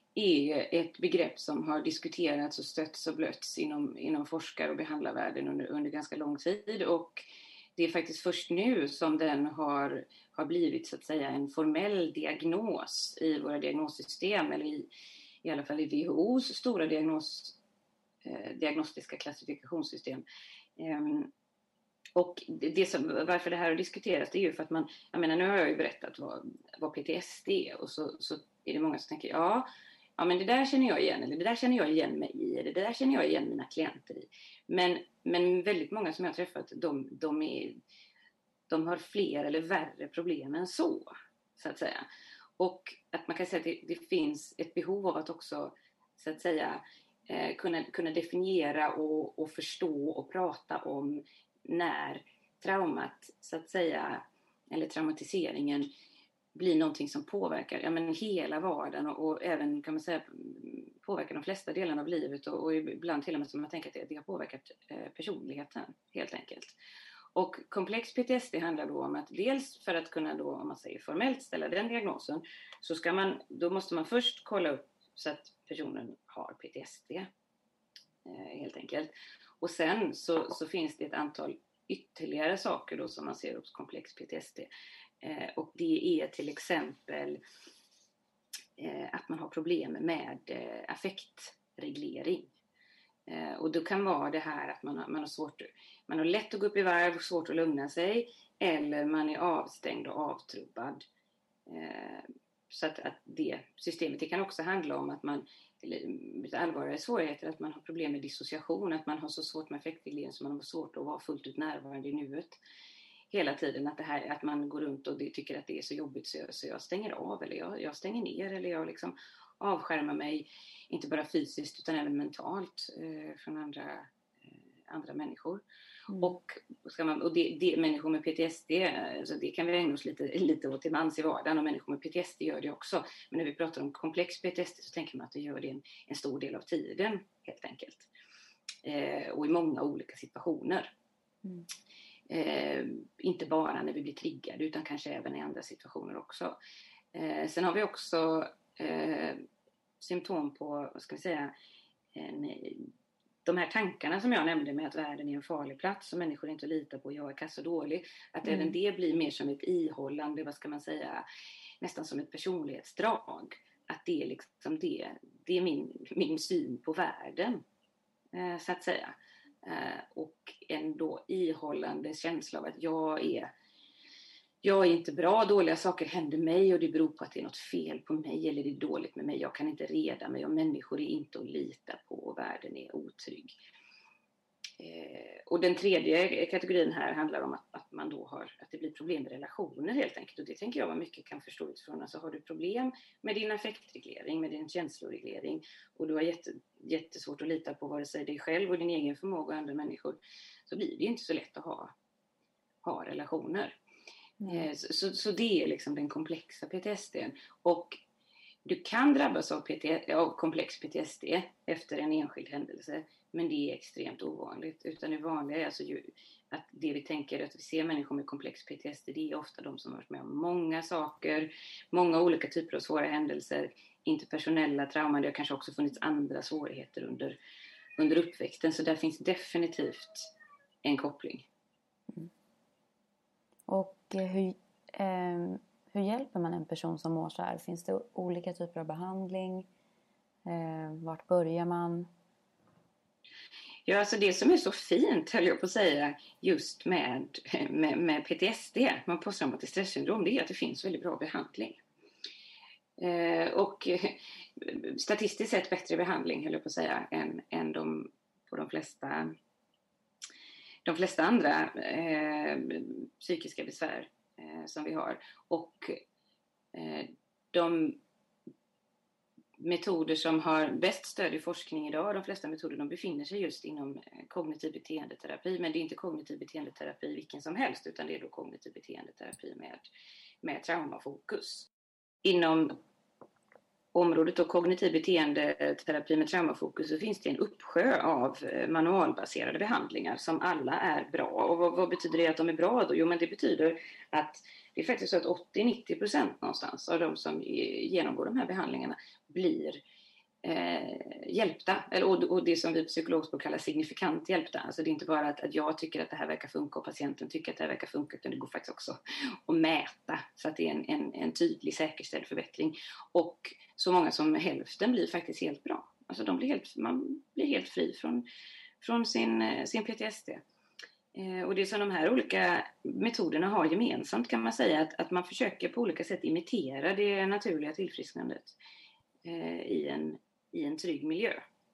är ett begrepp som har diskuterats och stötts och blötts inom, inom forskar- och behandlarvärlden under, under ganska lång tid. Och det är faktiskt först nu som den har, har blivit så att säga en formell diagnos i våra diagnossystem, eller i, i alla fall i W H O:s stora diagnos, eh, diagnostiska klassifikationssystem. Um, och det som, varför det här har diskuterats, det är ju för att man, jag menar, nu har jag ju berättat vad, vad P T S D är, och så, så är det många som tänker, ja, ja men det där känner jag igen, eller det där känner jag igen mig i, eller det där känner jag igen mina klienter i. Men, men väldigt många som jag har träffat, de, de, är, de har fler eller värre problem än så, så att säga. Och att man kan säga att det, det finns ett behov av att också, så att säga, eh, kunna, kunna definiera och, och förstå och prata om när traumat, så att säga, eller traumatiseringen blir någonting som påverkar, ja, men hela vardagen och, och även, kan man säga, påverkar de flesta delarna av livet, och, och ibland till och med som man tänker att det, det har påverkat eh, personligheten helt enkelt. Och komplex P T S D handlar då om att dels för att kunna då, om man säger formellt, ställa den diagnosen, så ska man, då måste man först kolla upp så att personen har P T S D eh, helt enkelt. Och sen så, så finns det ett antal ytterligare saker då som man ser hos komplex P T S D. Eh, och det är till exempel eh, att man har problem med eh, affektreglering. Eh, och då kan vara det här att man har, man har svårt, man har lätt att gå upp i varv och svårt att lugna sig, eller man är avstängd och avtrubbad. Eh, så att, att det systemet, det kan också handla om att man, lite allvarligare svårigheter, att man har problem med dissociation, att man har så svårt med affektreglering så man har svårt att vara fullt ut närvarande i nuet hela tiden, att, det här, att man går runt och det, tycker att det är så jobbigt så jag, så jag stänger av, eller jag, jag stänger ner, eller jag liksom avskärmar mig, inte bara fysiskt utan även mentalt eh, från andra, eh, andra människor. Mm. Och, ska man, och det, det, människor med P T S D, alltså det kan vi ägna oss lite, lite åt till mans i vardagen, och människor med P T S D gör det också. Men när vi pratar om komplex P T S D så tänker man att det gör det en, en stor del av tiden helt enkelt. Eh, och i många olika situationer. Mm. Eh, inte bara när vi blir triggade utan kanske även i andra situationer också. Eh, sen har vi också eh, symptom på, vad ska vi säga, en, de här tankarna som jag nämnde med att världen är en farlig plats och människor inte litar på, jag är kass och dålig. Att mm. även det blir mer som ett ihållande, vad ska man säga, nästan som ett personlighetsdrag. Att det är liksom det, det är min, min syn på världen, eh, så att säga. Uh, och en då ihållande känsla av att jag är jag är inte bra, dåliga saker händer mig och det beror på att det är något fel på mig eller det är dåligt med mig, jag kan inte reda mig och människor är inte att lita på och världen är otrygg. Uh, och den tredje kategorin här handlar om att, att man då har, att det blir problem med relationer helt enkelt, och det tänker jag vad mycket kan förstå utifrån. Alltså har du problem med din affektreglering, med din känsloreglering, och du har jätte, jättesvårt att lita på vare sig dig själv och din egen förmåga och andra människor, så blir det inte så lätt att ha, ha relationer. Mm. Så, så, så det är liksom den komplexa P T S D. Och du kan drabbas av, P T, av komplex P T S D efter en enskild händelse, men det är extremt ovanligt. Utan det vanliga är alltså ju att det vi tänker att vi ser människor med komplex P T S D, det är ofta de som har varit med om många saker, många olika typer av svåra händelser, interpersonella trauman. Det har kanske också funnits andra svårigheter under, under uppväxten, så där finns definitivt en koppling. Mm. Och eh, hur, eh, hur hjälper man en person som mår så här? Finns det olika typer av behandling? Eh, vart börjar man? Ja, alltså det som är så fint, höll jag på att säga, just med, med, med P T S D, med posttraumatiskt stressyndrom, det är att det finns väldigt bra behandling. Eh, och eh, statistiskt sett bättre behandling, höll jag på att säga, än, än de, på de flesta, de flesta andra eh, psykiska besvär eh, som vi har. Och eh, de metoder som har bäst stöd i forskning idag, de flesta metoder, de befinner sig just inom kognitiv beteendeterapi. Men det är inte kognitiv beteendeterapi vilken som helst, utan det är då kognitiv beteendeterapi med, med traumafokus. Inom området och kognitiv beteendeterapi med traumafokus så finns det en uppsjö av manualbaserade behandlingar som alla är bra. Och vad, vad betyder det att de är bra då? Jo, men det betyder att det är faktiskt så att åttio till nittio procent någonstans av de som genomgår de här behandlingarna blir eh, hjälpta. Eller, och, och det som vi psykologspråk kallar signifikant hjälpta. Alltså det är inte bara att, att jag tycker att det här verkar funka och patienten tycker att det här verkar funka, utan det går faktiskt också att mäta så att det är en, en, en tydlig säkerställd förbättring. Och så många som hälften blir faktiskt helt bra. Alltså de blir helt, man blir helt fri från, från sin, sin P T S D. Eh, och det som de här olika metoderna har gemensamt kan man säga att, att man försöker på olika sätt imitera det naturliga tillfrisknandet eh, i, en, i en trygg miljö.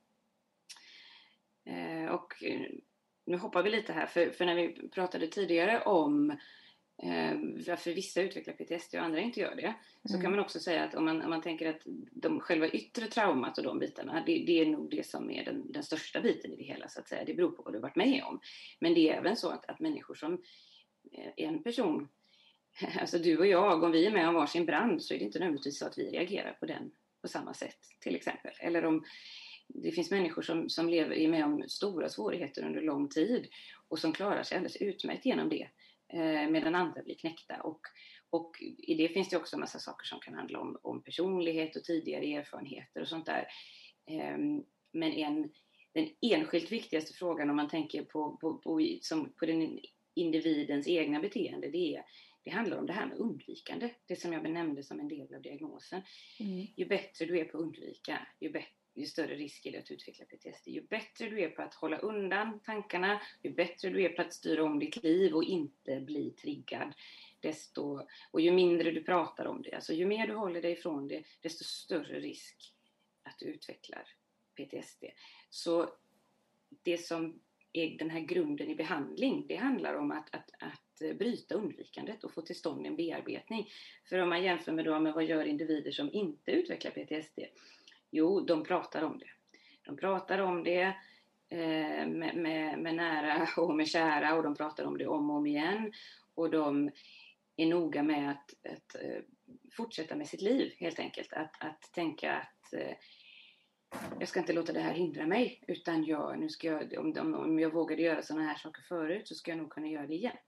Eh, och nu hoppar vi lite här, för, för när vi pratade tidigare om eh, varför vissa utvecklar P T S D och andra inte gör det, mm. så kan man också säga att om man, om man tänker att de själva yttre traumat och de bitarna, det, det är nog det som är den, den största biten i det hela, så att säga. Det beror på vad du har varit med om. Men det är även så att, att människor som en person, alltså du och jag, om vi är med om varsin brand, så är det inte nödvändigtvis så att vi reagerar på den på samma sätt, till exempel. Eller om det finns människor som, som lever med om stora svårigheter under lång tid och som klarar sig alldeles utmärkt genom det, eh, medan andra blir knäckta. Och, och i det finns det också en massa saker som kan handla om, om personlighet och tidigare erfarenheter och sånt där. Eh, men en, den enskilt viktigaste frågan om man tänker på, på, på, som, på den individens egna beteende, det är Det handlar om det här med undvikande. Det som jag benämnde som en del av diagnosen. Mm. Ju bättre du är på att undvika, ju, bättre, ju större risk är det att utveckla P T S D. Ju bättre du är på att hålla undan tankarna, ju bättre du är på att styra om ditt liv och inte bli triggad, desto, och ju mindre du pratar om det, alltså ju mer du håller dig ifrån det, desto större risk att du utvecklar P T S D. Så det som är den här grunden i behandling, det handlar om att, att, att bryta undvikandet och få till stånd en bearbetning. För om man jämför med, då, med vad gör individer som inte utvecklar P T S D? Jo, de pratar om det. De pratar om det eh, med, med, med nära och med kära, och de pratar om det om och om igen. Och de är noga med att, att uh, fortsätta med sitt liv, helt enkelt. Att, att tänka att uh, jag ska inte låta det här hindra mig, utan jag, nu ska jag, om, om jag vågade göra sådana här saker förut, så ska jag nog kunna göra det igen.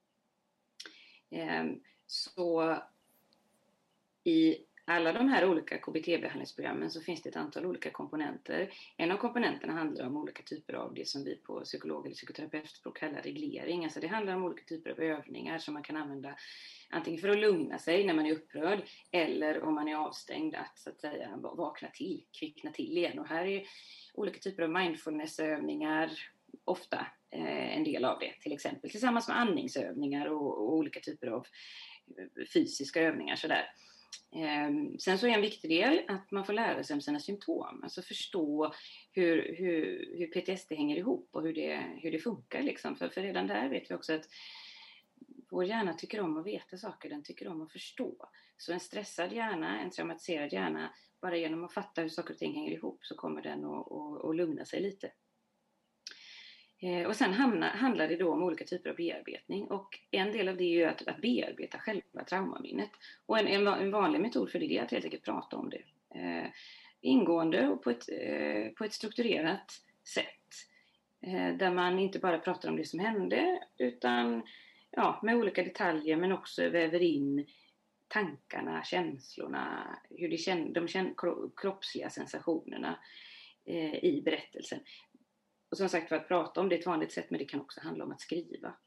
Um, så i alla de här olika K B T-behandlingsprogrammen så finns det ett antal olika komponenter. En av komponenterna handlar om olika typer av det som vi på psykolog- eller psykoterapeutspråk kallar reglering. Alltså det handlar om olika typer av övningar som man kan använda antingen för att lugna sig när man är upprörd, eller om man är avstängd att, så att säga, vakna till, kvickna till igen. Och här är olika typer av mindfulnessövningar ofta eh, en del av det, till exempel tillsammans med andningsövningar och, och olika typer av fysiska övningar sådär. Sen så är en viktig del att man får lära sig om sina symptom. Alltså förstå hur, hur, hur P T S D hänger ihop och hur det, hur det funkar. Liksom. För, för redan där vet vi också att vår hjärna tycker om att veta saker. Den tycker om att förstå. Så en stressad hjärna, en traumatiserad hjärna, bara genom att fatta hur saker och ting hänger ihop, så kommer den att, att, att lugna sig lite. Och sen hamna, handlar det då om olika typer av bearbetning. Och en del av det är ju att, att bearbeta själva traumaminnet. Och en, en, en vanlig metod för det är att helt enkelt prata om det. Eh, ingående och på ett, eh, på ett strukturerat sätt. Eh, där man inte bara pratar om det som hände, utan ja, med olika detaljer, men också väver in tankarna, känslorna, hur det känn, de känn, kroppsliga sensationerna eh, i berättelsen. Och som sagt, för att prata om det är ett vanligt sätt, men det kan också handla om att skriva.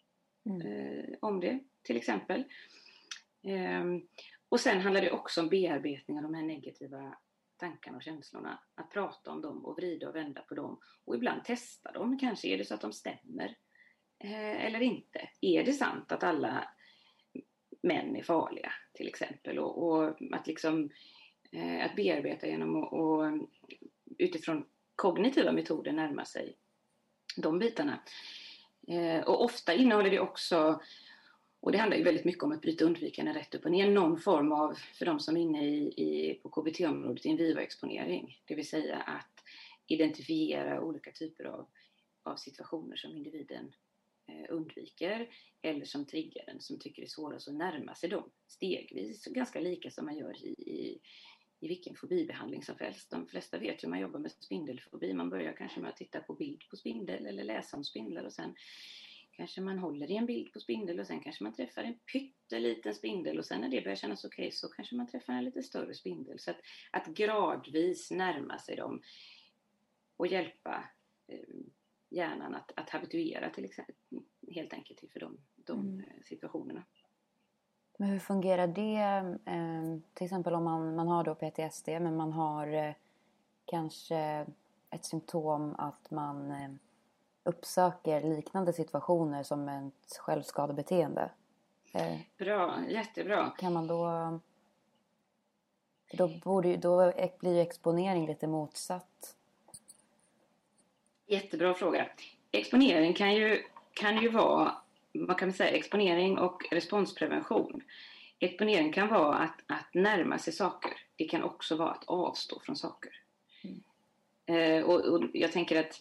mm. eh, om det till exempel. Eh, och sen handlar det också om bearbetning av de här negativa tankarna och känslorna. Att prata om dem och vrida och vända på dem. Och ibland testa dem. Kanske är det så att de stämmer. Eh, eller inte. Är det sant att alla män är farliga till exempel? Och, och att liksom eh, att bearbeta genom att och, utifrån kognitiva metoder närma sig de bitarna. Eh, och ofta innehåller det också, och det handlar ju väldigt mycket om att bryta undvikande rätt upp och ner, någon form av, för de som är inne i, i, på K B T-området, in vivo-exponering. Det vill säga att identifiera olika typer av, av situationer som individen eh, undviker eller som triggar den, som tycker det är svårast att närma sig dem stegvis. Ganska lika som man gör i, i i vilken fobibehandling som helst. De flesta vet hur man jobbar med spindelfobi. Man börjar kanske med att titta på bild på spindel eller läsa om spindlar och sen kanske man håller i en bild på spindel och sen kanske man träffar en pytteliten spindel och sen när det börjar kännas okej så kanske man träffar en lite större spindel. Så att, att gradvis närma sig dem och hjälpa eh, hjärnan att, att habituera till exempel, helt enkelt till för de, de mm. situationerna. Men hur fungerar det, eh, till exempel om man, man har då P T S D men man har eh, kanske ett symptom att man eh, uppsöker liknande situationer som ett självskadebeteende? Eh, Bra, jättebra. Kan man då, då, borde, då blir ju exponering lite motsatt. Jättebra fråga. Exponering kan ju, kan ju vara, man kan säga exponering och responsprevention. Exponering kan vara att, att närma sig saker. Det kan också vara att avstå från saker. Mm. Eh, och, och jag tänker att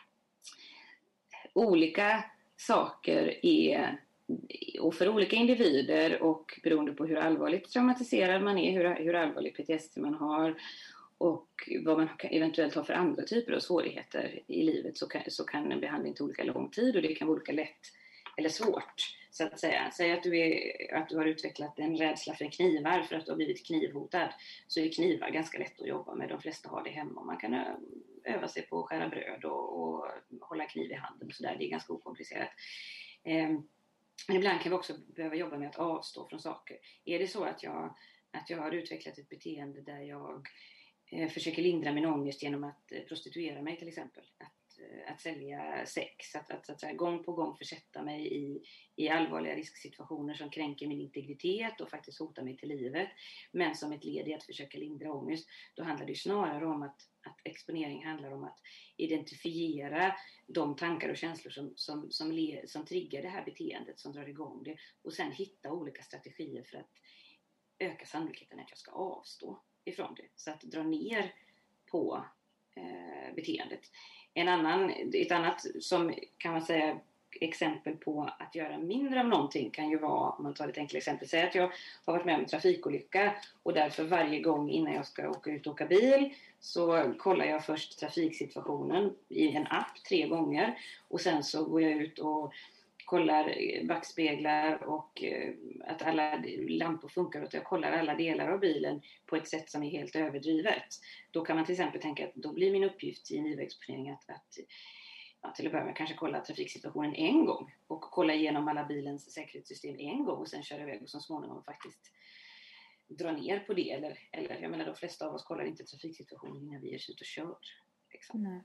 olika saker är, och för olika individer och beroende på hur allvarligt traumatiserad man är, hur, hur allvarlig P T S D man har och vad man eventuellt har för andra typer av svårigheter i livet, så kan, så kan en behandling ta olika lång tid och det kan vara olika lätt eller svårt, så att säga. Säg att du, är, att du har utvecklat en rädsla för knivar för att du har blivit knivhotad, så är knivar ganska lätt att jobba med. De flesta har det hemma. Man kan öva sig på att skära bröd och, och hålla kniv i handen och sådär. Det är ganska okomplicerat. Eh, men ibland kan vi också behöva jobba med att avstå från saker. Är det så att jag, att jag har utvecklat ett beteende där jag eh, försöker lindra min ångest genom att eh, prostituera mig till exempel, att att sälja sex, att, att, att, att gång på gång försätta mig i, i allvarliga risksituationer som kränker min integritet och faktiskt hotar mig till livet, men som ett led i att försöka lindra ångest, då handlar det snarare om att, att exponering handlar om att identifiera de tankar och känslor som, som, som, le, som triggar det här beteendet, som drar igång det, och sen hitta olika strategier för att öka sannolikheten att jag ska avstå ifrån det, så att dra ner på eh, beteendet. En annan, ett annat som kan man säga exempel på att göra mindre av någonting kan ju vara, om man tar ett enkelt exempel, säg att jag har varit med om en trafikolycka och därför varje gång innan jag ska åka ut och åka bil så kollar jag först trafiksituationen i en app tre gånger och sen så går jag ut och kollar backspeglar och att alla lampor funkar och att jag kollar alla delar av bilen på ett sätt som är helt överdrivet. Då kan man till exempel tänka att då blir min uppgift i nivoexponering att, att ja, till att börja med kanske kolla trafiksituationen en gång och kolla igenom alla bilens säkerhetssystem en gång och sen köra iväg och så småningom faktiskt dra ner på det. Eller, eller jag menar, de flesta av oss kollar inte trafiksituationen innan vi är ute och kör. Liksom. Nej.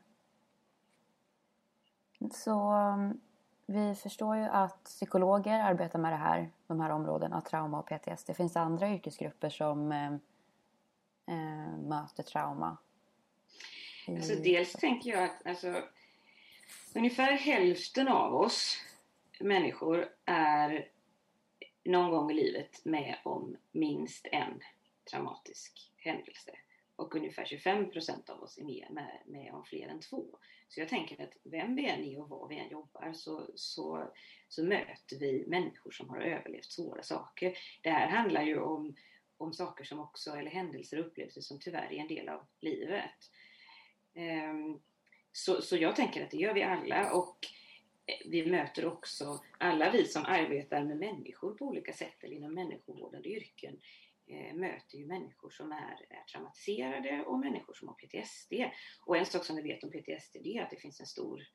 Så vi förstår ju att psykologer arbetar med det här, de här områdena, trauma och P T S D. Det finns andra yrkesgrupper som eh, eh, möter trauma. I... Alltså dels tänker jag att alltså, ungefär hälften av oss människor är någon gång i livet med om minst en traumatisk händelse. Och ungefär tjugofem procent av oss är med, med, med om fler än två. Så jag tänker att vem vi än är och var vi än jobbar så, så, så möter vi människor som har överlevt svåra saker. Det här handlar ju om, om saker som också, eller händelser och upplevelser som tyvärr är en del av livet. Um, så, så jag tänker att det gör vi alla, och vi möter också alla vi som arbetar med människor på olika sätt eller inom människovårdande yrken. Möter ju människor som är, är traumatiserade och människor som har P T S D. Och en sak som vi vet om P T S D är att det finns en stor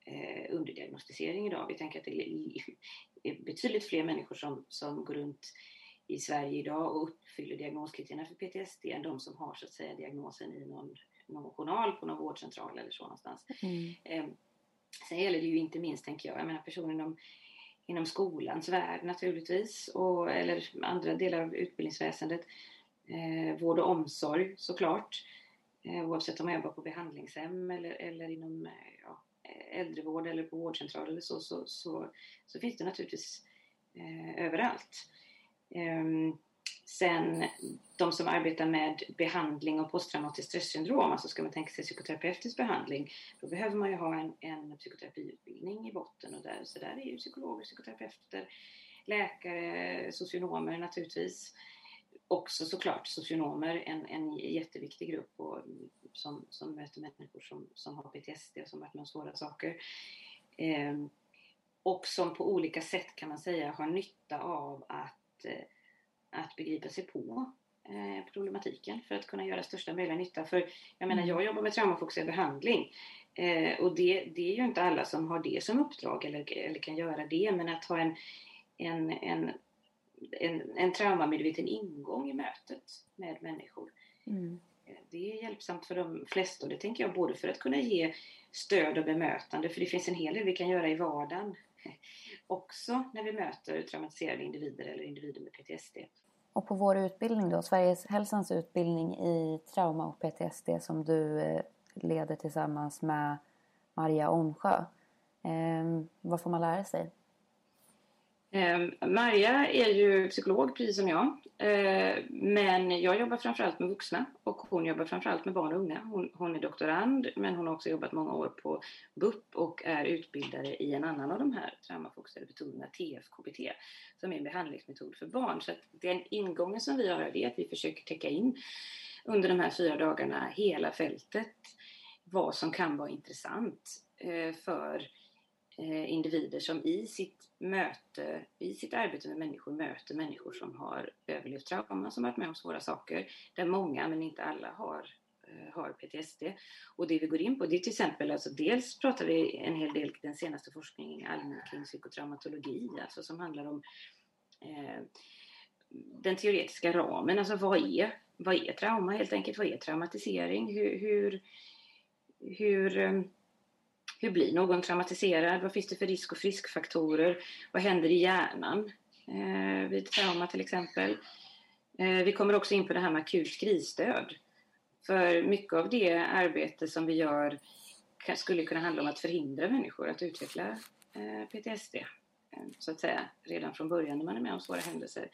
eh, underdiagnostisering idag. Vi tänker att det är betydligt fler människor som, som går runt i Sverige idag och uppfyller diagnoskriterierna för P T S D än de som har så att säga diagnosen i någon, någon journal på någon vårdcentral eller så någonstans. Mm. Eh, sen gäller det ju inte minst, tänker jag, jag menar personer inom, inom skolans värld naturligtvis och, eller andra delar av utbildningsväsendet. Eh, vård och omsorg såklart. Eh, oavsett om man jobbar på behandlingshem eller, eller inom ja, äldrevård eller på vårdcentral eller så, så, så, så finns det naturligtvis eh, överallt. Eh, sen de som arbetar med behandling av posttraumatiskt stresssyndrom, alltså ska man tänka sig psykoterapeutisk behandling, då behöver man ju ha en, en psykoterapiutbildning i botten och där, så där är ju psykologer, psykoterapeuter, läkare, socionomer naturligtvis. Också såklart socionomer, en, en jätteviktig grupp och, som, som möter människor som, som har P T S D och som varit med om svåra saker. Eh, och som på olika sätt kan man säga har nytta av att, eh, att begripa sig på eh, problematiken för att kunna göra största möjliga nytta. För jag menar, jag jobbar med traumafokuserad behandling eh, och det, det är ju inte alla som har det som uppdrag eller, eller kan göra det, men att ha en, en, en En, en traumamedveten ingång i mötet med människor. Mm. Det är hjälpsamt för de flesta och det tänker jag både för att kunna ge stöd och bemötande, för det finns en hel del vi kan göra i vardagen också när vi möter traumatiserade individer eller individer med P T S D. Och på vår utbildning då, Sveriges hälsans utbildning i trauma och P T S D som du leder tillsammans med Maria Onsjö. Eh, vad får man lära sig? Eh, Maria är ju psykolog precis som jag, eh, men jag jobbar framförallt med vuxna och hon jobbar framförallt med barn och unga. Hon, hon är doktorand, men hon har också jobbat många år på B U P och är utbildare i en annan av de här traumafokuserade metoderna, T F K B T, som är en behandlingsmetod för barn. Så att den ingången som vi har är att vi försöker täcka in under de här fyra dagarna hela fältet vad som kan vara intressant eh, för individer som i sitt möte, i sitt arbete med människor möter människor som har överlevt trauma, som varit med om svåra saker, där många men inte alla har, har P T S D. Och det vi går in på, det är till exempel, alltså dels pratar vi en hel del den senaste forskningen allmänt kring psykotraumatologi, alltså som handlar om eh, den teoretiska ramen, alltså vad är, vad är trauma helt enkelt, vad är traumatisering, hur, hur, hur Hur blir någon traumatiserad? Vad finns det för risk- och friskfaktorer? Vad händer i hjärnan eh, vid trauma till exempel? Eh, vi kommer också in på det här med akut krisstöd. För mycket av det arbete som vi gör kan, skulle kunna handla om att förhindra människor att utveckla eh, P T S D. Eh, så att säga redan från början när man är med om svåra händelser.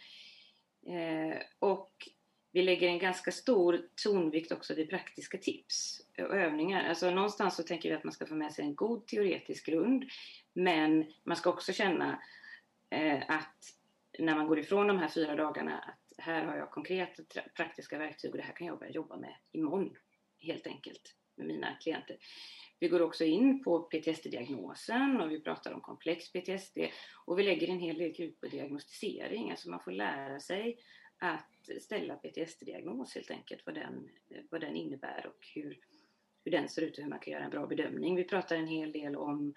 Eh, och vi lägger en ganska stor tonvikt också vid praktiska tips och övningar. Alltså någonstans så tänker vi att man ska få med sig en god teoretisk grund. Men man ska också känna eh, att när man går ifrån de här fyra dagarna att här har jag konkreta tra- praktiska verktyg och det här kan jag börja jobba med imorgon helt enkelt med mina klienter. Vi går också in på P T S D-diagnosen och vi pratar om komplex P T S D och vi lägger en hel del krut på diagnostisering. Alltså man får lära sig att ställa P T S D-diagnos helt enkelt, vad den, vad den innebär och hur, hur den ser ut och hur man kan göra en bra bedömning. Vi pratar en hel del om,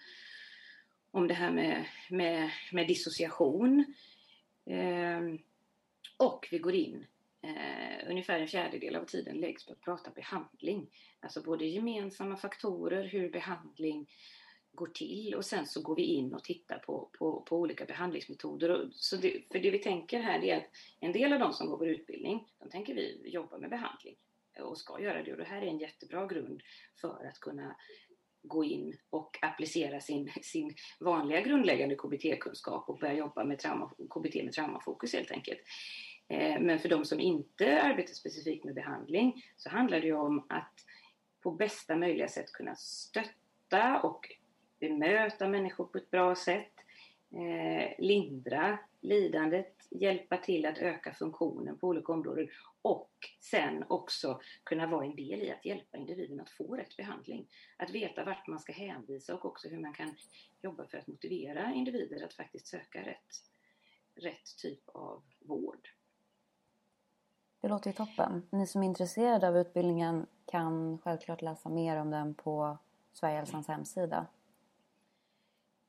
om det här med, med, med dissociation eh, och vi går in eh, ungefär en fjärdedel av tiden läggs på att prata behandling. Alltså både gemensamma faktorer, hur behandling går till och sen så går vi in och tittar på, på, på olika behandlingsmetoder. Och så det, för det vi tänker här är att en del av de som går vår utbildning, de tänker vi jobba med behandling och ska göra det. Och det här är en jättebra grund för att kunna gå in och applicera sin, sin vanliga grundläggande K B T-kunskap och börja jobba med trauma, K B T med traumafokus helt enkelt. Eh, men för de som inte arbetar specifikt med behandling så handlar det ju om att på bästa möjliga sätt kunna stötta och bemöta människor på ett bra sätt, eh, lindra lidandet, hjälpa till att öka funktionen på olika områden och sen också kunna vara en del i att hjälpa individen att få rätt behandling. Att veta vart man ska hänvisa och också hur man kan jobba för att motivera individer att faktiskt söka rätt, rätt typ av vård. Det låter ju toppen. Ni som är intresserade av utbildningen kan självklart läsa mer om den på Sverigehälsans hemsida.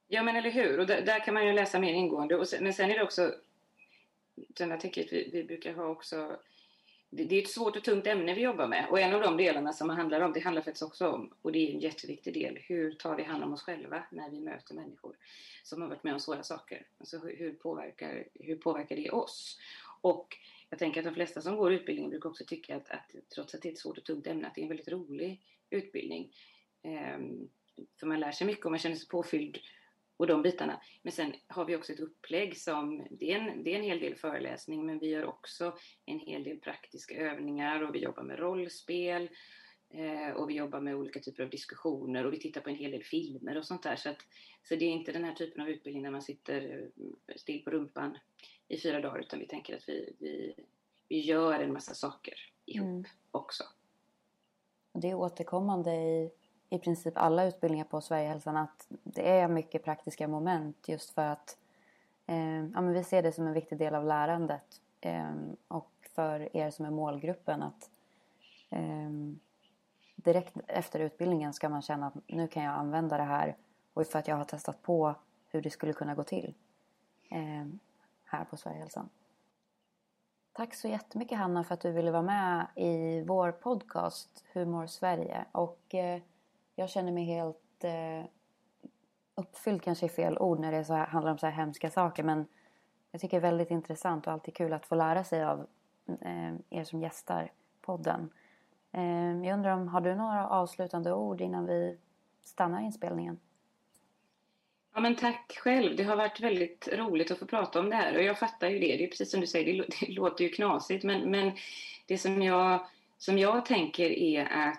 Ja, men eller hur? Och där, där kan man ju läsa mer ingående. Och sen, men sen är det också, sen jag tänker att vi, vi brukar ha också, det, det är ett svårt och tungt ämne vi jobbar med. Och en av de delarna som det handlar om, det handlar faktiskt också om, och det är en jätteviktig del, hur tar vi hand om oss själva när vi möter människor som har varit med om svåra saker? Alltså hur, hur, påverkar, hur påverkar det oss? Och jag tänker att de flesta som går utbildningen brukar också tycka att, att trots att det är ett svårt och tungt ämne, att det är en väldigt rolig utbildning. Ehm, för man lär sig mycket och man känner sig påfylld och de bitarna. Men sen har vi också ett upplägg som, det är, en, det är en hel del föreläsning, men vi gör också en hel del praktiska övningar och vi jobbar med rollspel eh, och vi jobbar med olika typer av diskussioner och vi tittar på en hel del filmer och sånt där. Så, att, så det är inte den här typen av utbildning där man sitter still på rumpan i fyra dagar, utan vi tänker att vi, vi, vi gör en massa saker ihop mm. också. Det är återkommande i i princip alla utbildningar på Sverigehälsan att det är mycket praktiska moment just för att eh, ja, men vi ser det som en viktig del av lärandet eh, och för er som är målgruppen att eh, direkt efter utbildningen ska man känna att nu kan jag använda det här och för att jag har testat på hur det skulle kunna gå till eh, här på Sverigehälsan. Tack så jättemycket Hanna för att du ville vara med i vår podcast Humor Sverige och eh, jag känner mig helt eh, uppfylld, kanske är fel ord när det så här, handlar om så här hemska saker. Men jag tycker det är väldigt intressant och alltid kul att få lära sig av eh, er som gästar podden. Eh, jag undrar om, har du några avslutande ord innan vi stannar inspelningen? Ja, men tack själv. Det har varit väldigt roligt att få prata om det här. Och jag fattar ju det. Det är precis som du säger, det, det låter ju knasigt. Men, men det som jag, som jag tänker är att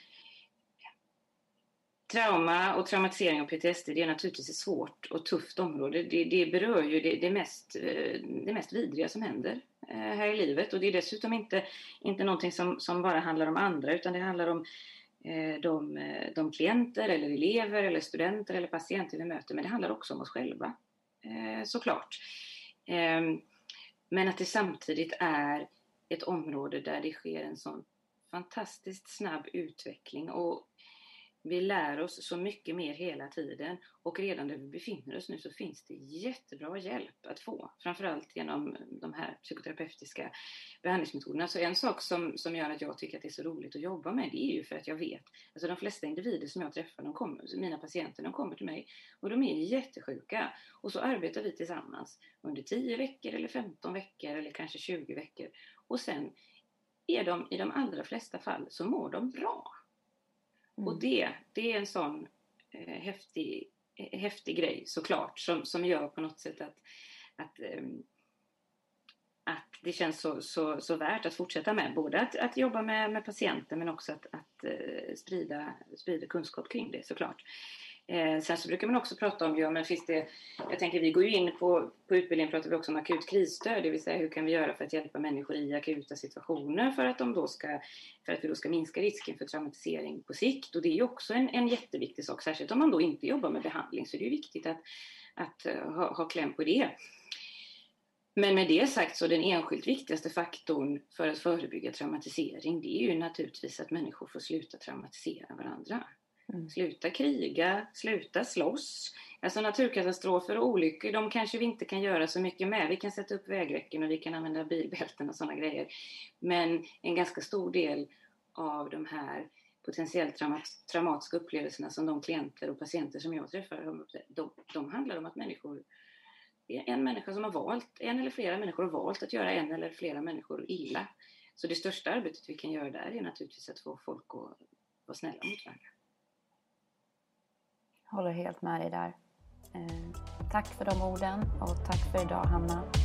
trauma och traumatisering och P T S D, det är naturligtvis ett svårt och tufft område. Det, det berör ju det, det, mest, det mest vidriga som händer här i livet. Och det är dessutom inte, inte någonting som, som bara handlar om andra, utan det handlar om eh, de, de klienter eller elever eller studenter eller patienter vi möter. Men det handlar också om oss själva, eh, såklart. Eh, men att det samtidigt är ett område där det sker en sån fantastiskt snabb utveckling och vi lär oss så mycket mer hela tiden och redan där vi befinner oss nu så finns det jättebra hjälp att få. Framförallt genom de här psykoterapeutiska behandlingsmetoderna. Så en sak som, som gör att jag tycker att det är så roligt att jobba med, det är ju för att jag vet, alltså de flesta individer som jag träffar, de kommer, mina patienter, de kommer till mig och de är jättesjuka. Och så arbetar vi tillsammans under tio veckor eller femton veckor eller kanske tjugo veckor. Och sen är de i de allra flesta fall så mår de bra. Mm. Och det, det är en sån eh, häftig, eh, häftig grej såklart som, som gör på något sätt att, att, eh, att det känns så, så, så värt att fortsätta med. Både att, att jobba med, med patienter men också att, att eh, sprida, sprida kunskap kring det såklart. Eh, sen så brukar man också prata om, ja men finns det, jag tänker vi går ju in på, på utbildningen pratar vi också om akut krisstöd, det vill säga hur kan vi göra för att hjälpa människor i akuta situationer för att, de då ska, för att vi då ska minska risken för traumatisering på sikt. Och det är ju också en, en jätteviktig sak, särskilt om man då inte jobbar med behandling, så det är ju viktigt att, att uh, ha, ha kläm på det. Men med det sagt så den enskilt viktigaste faktorn för att förebygga traumatisering, det är ju naturligtvis att människor får sluta traumatisera varandra. Mm. Sluta kriga, sluta slåss. Alltså naturkatastrofer och olyckor, de kanske vi inte kan göra så mycket med. Vi kan sätta upp vägräcken och vi kan använda bilbälten och sådana grejer. Men en ganska stor del av de här potentiellt traumat- traumatiska upplevelserna som de klienter och patienter som jag träffar, de, de handlar om att människor, en människa som har valt, en eller flera människor har valt att göra en eller flera människor illa. Så det största arbetet vi kan göra där är naturligtvis att få folk att vara snälla mot varandra. Håller helt med dig där. Eh, tack för de orden och tack för idag Hanna.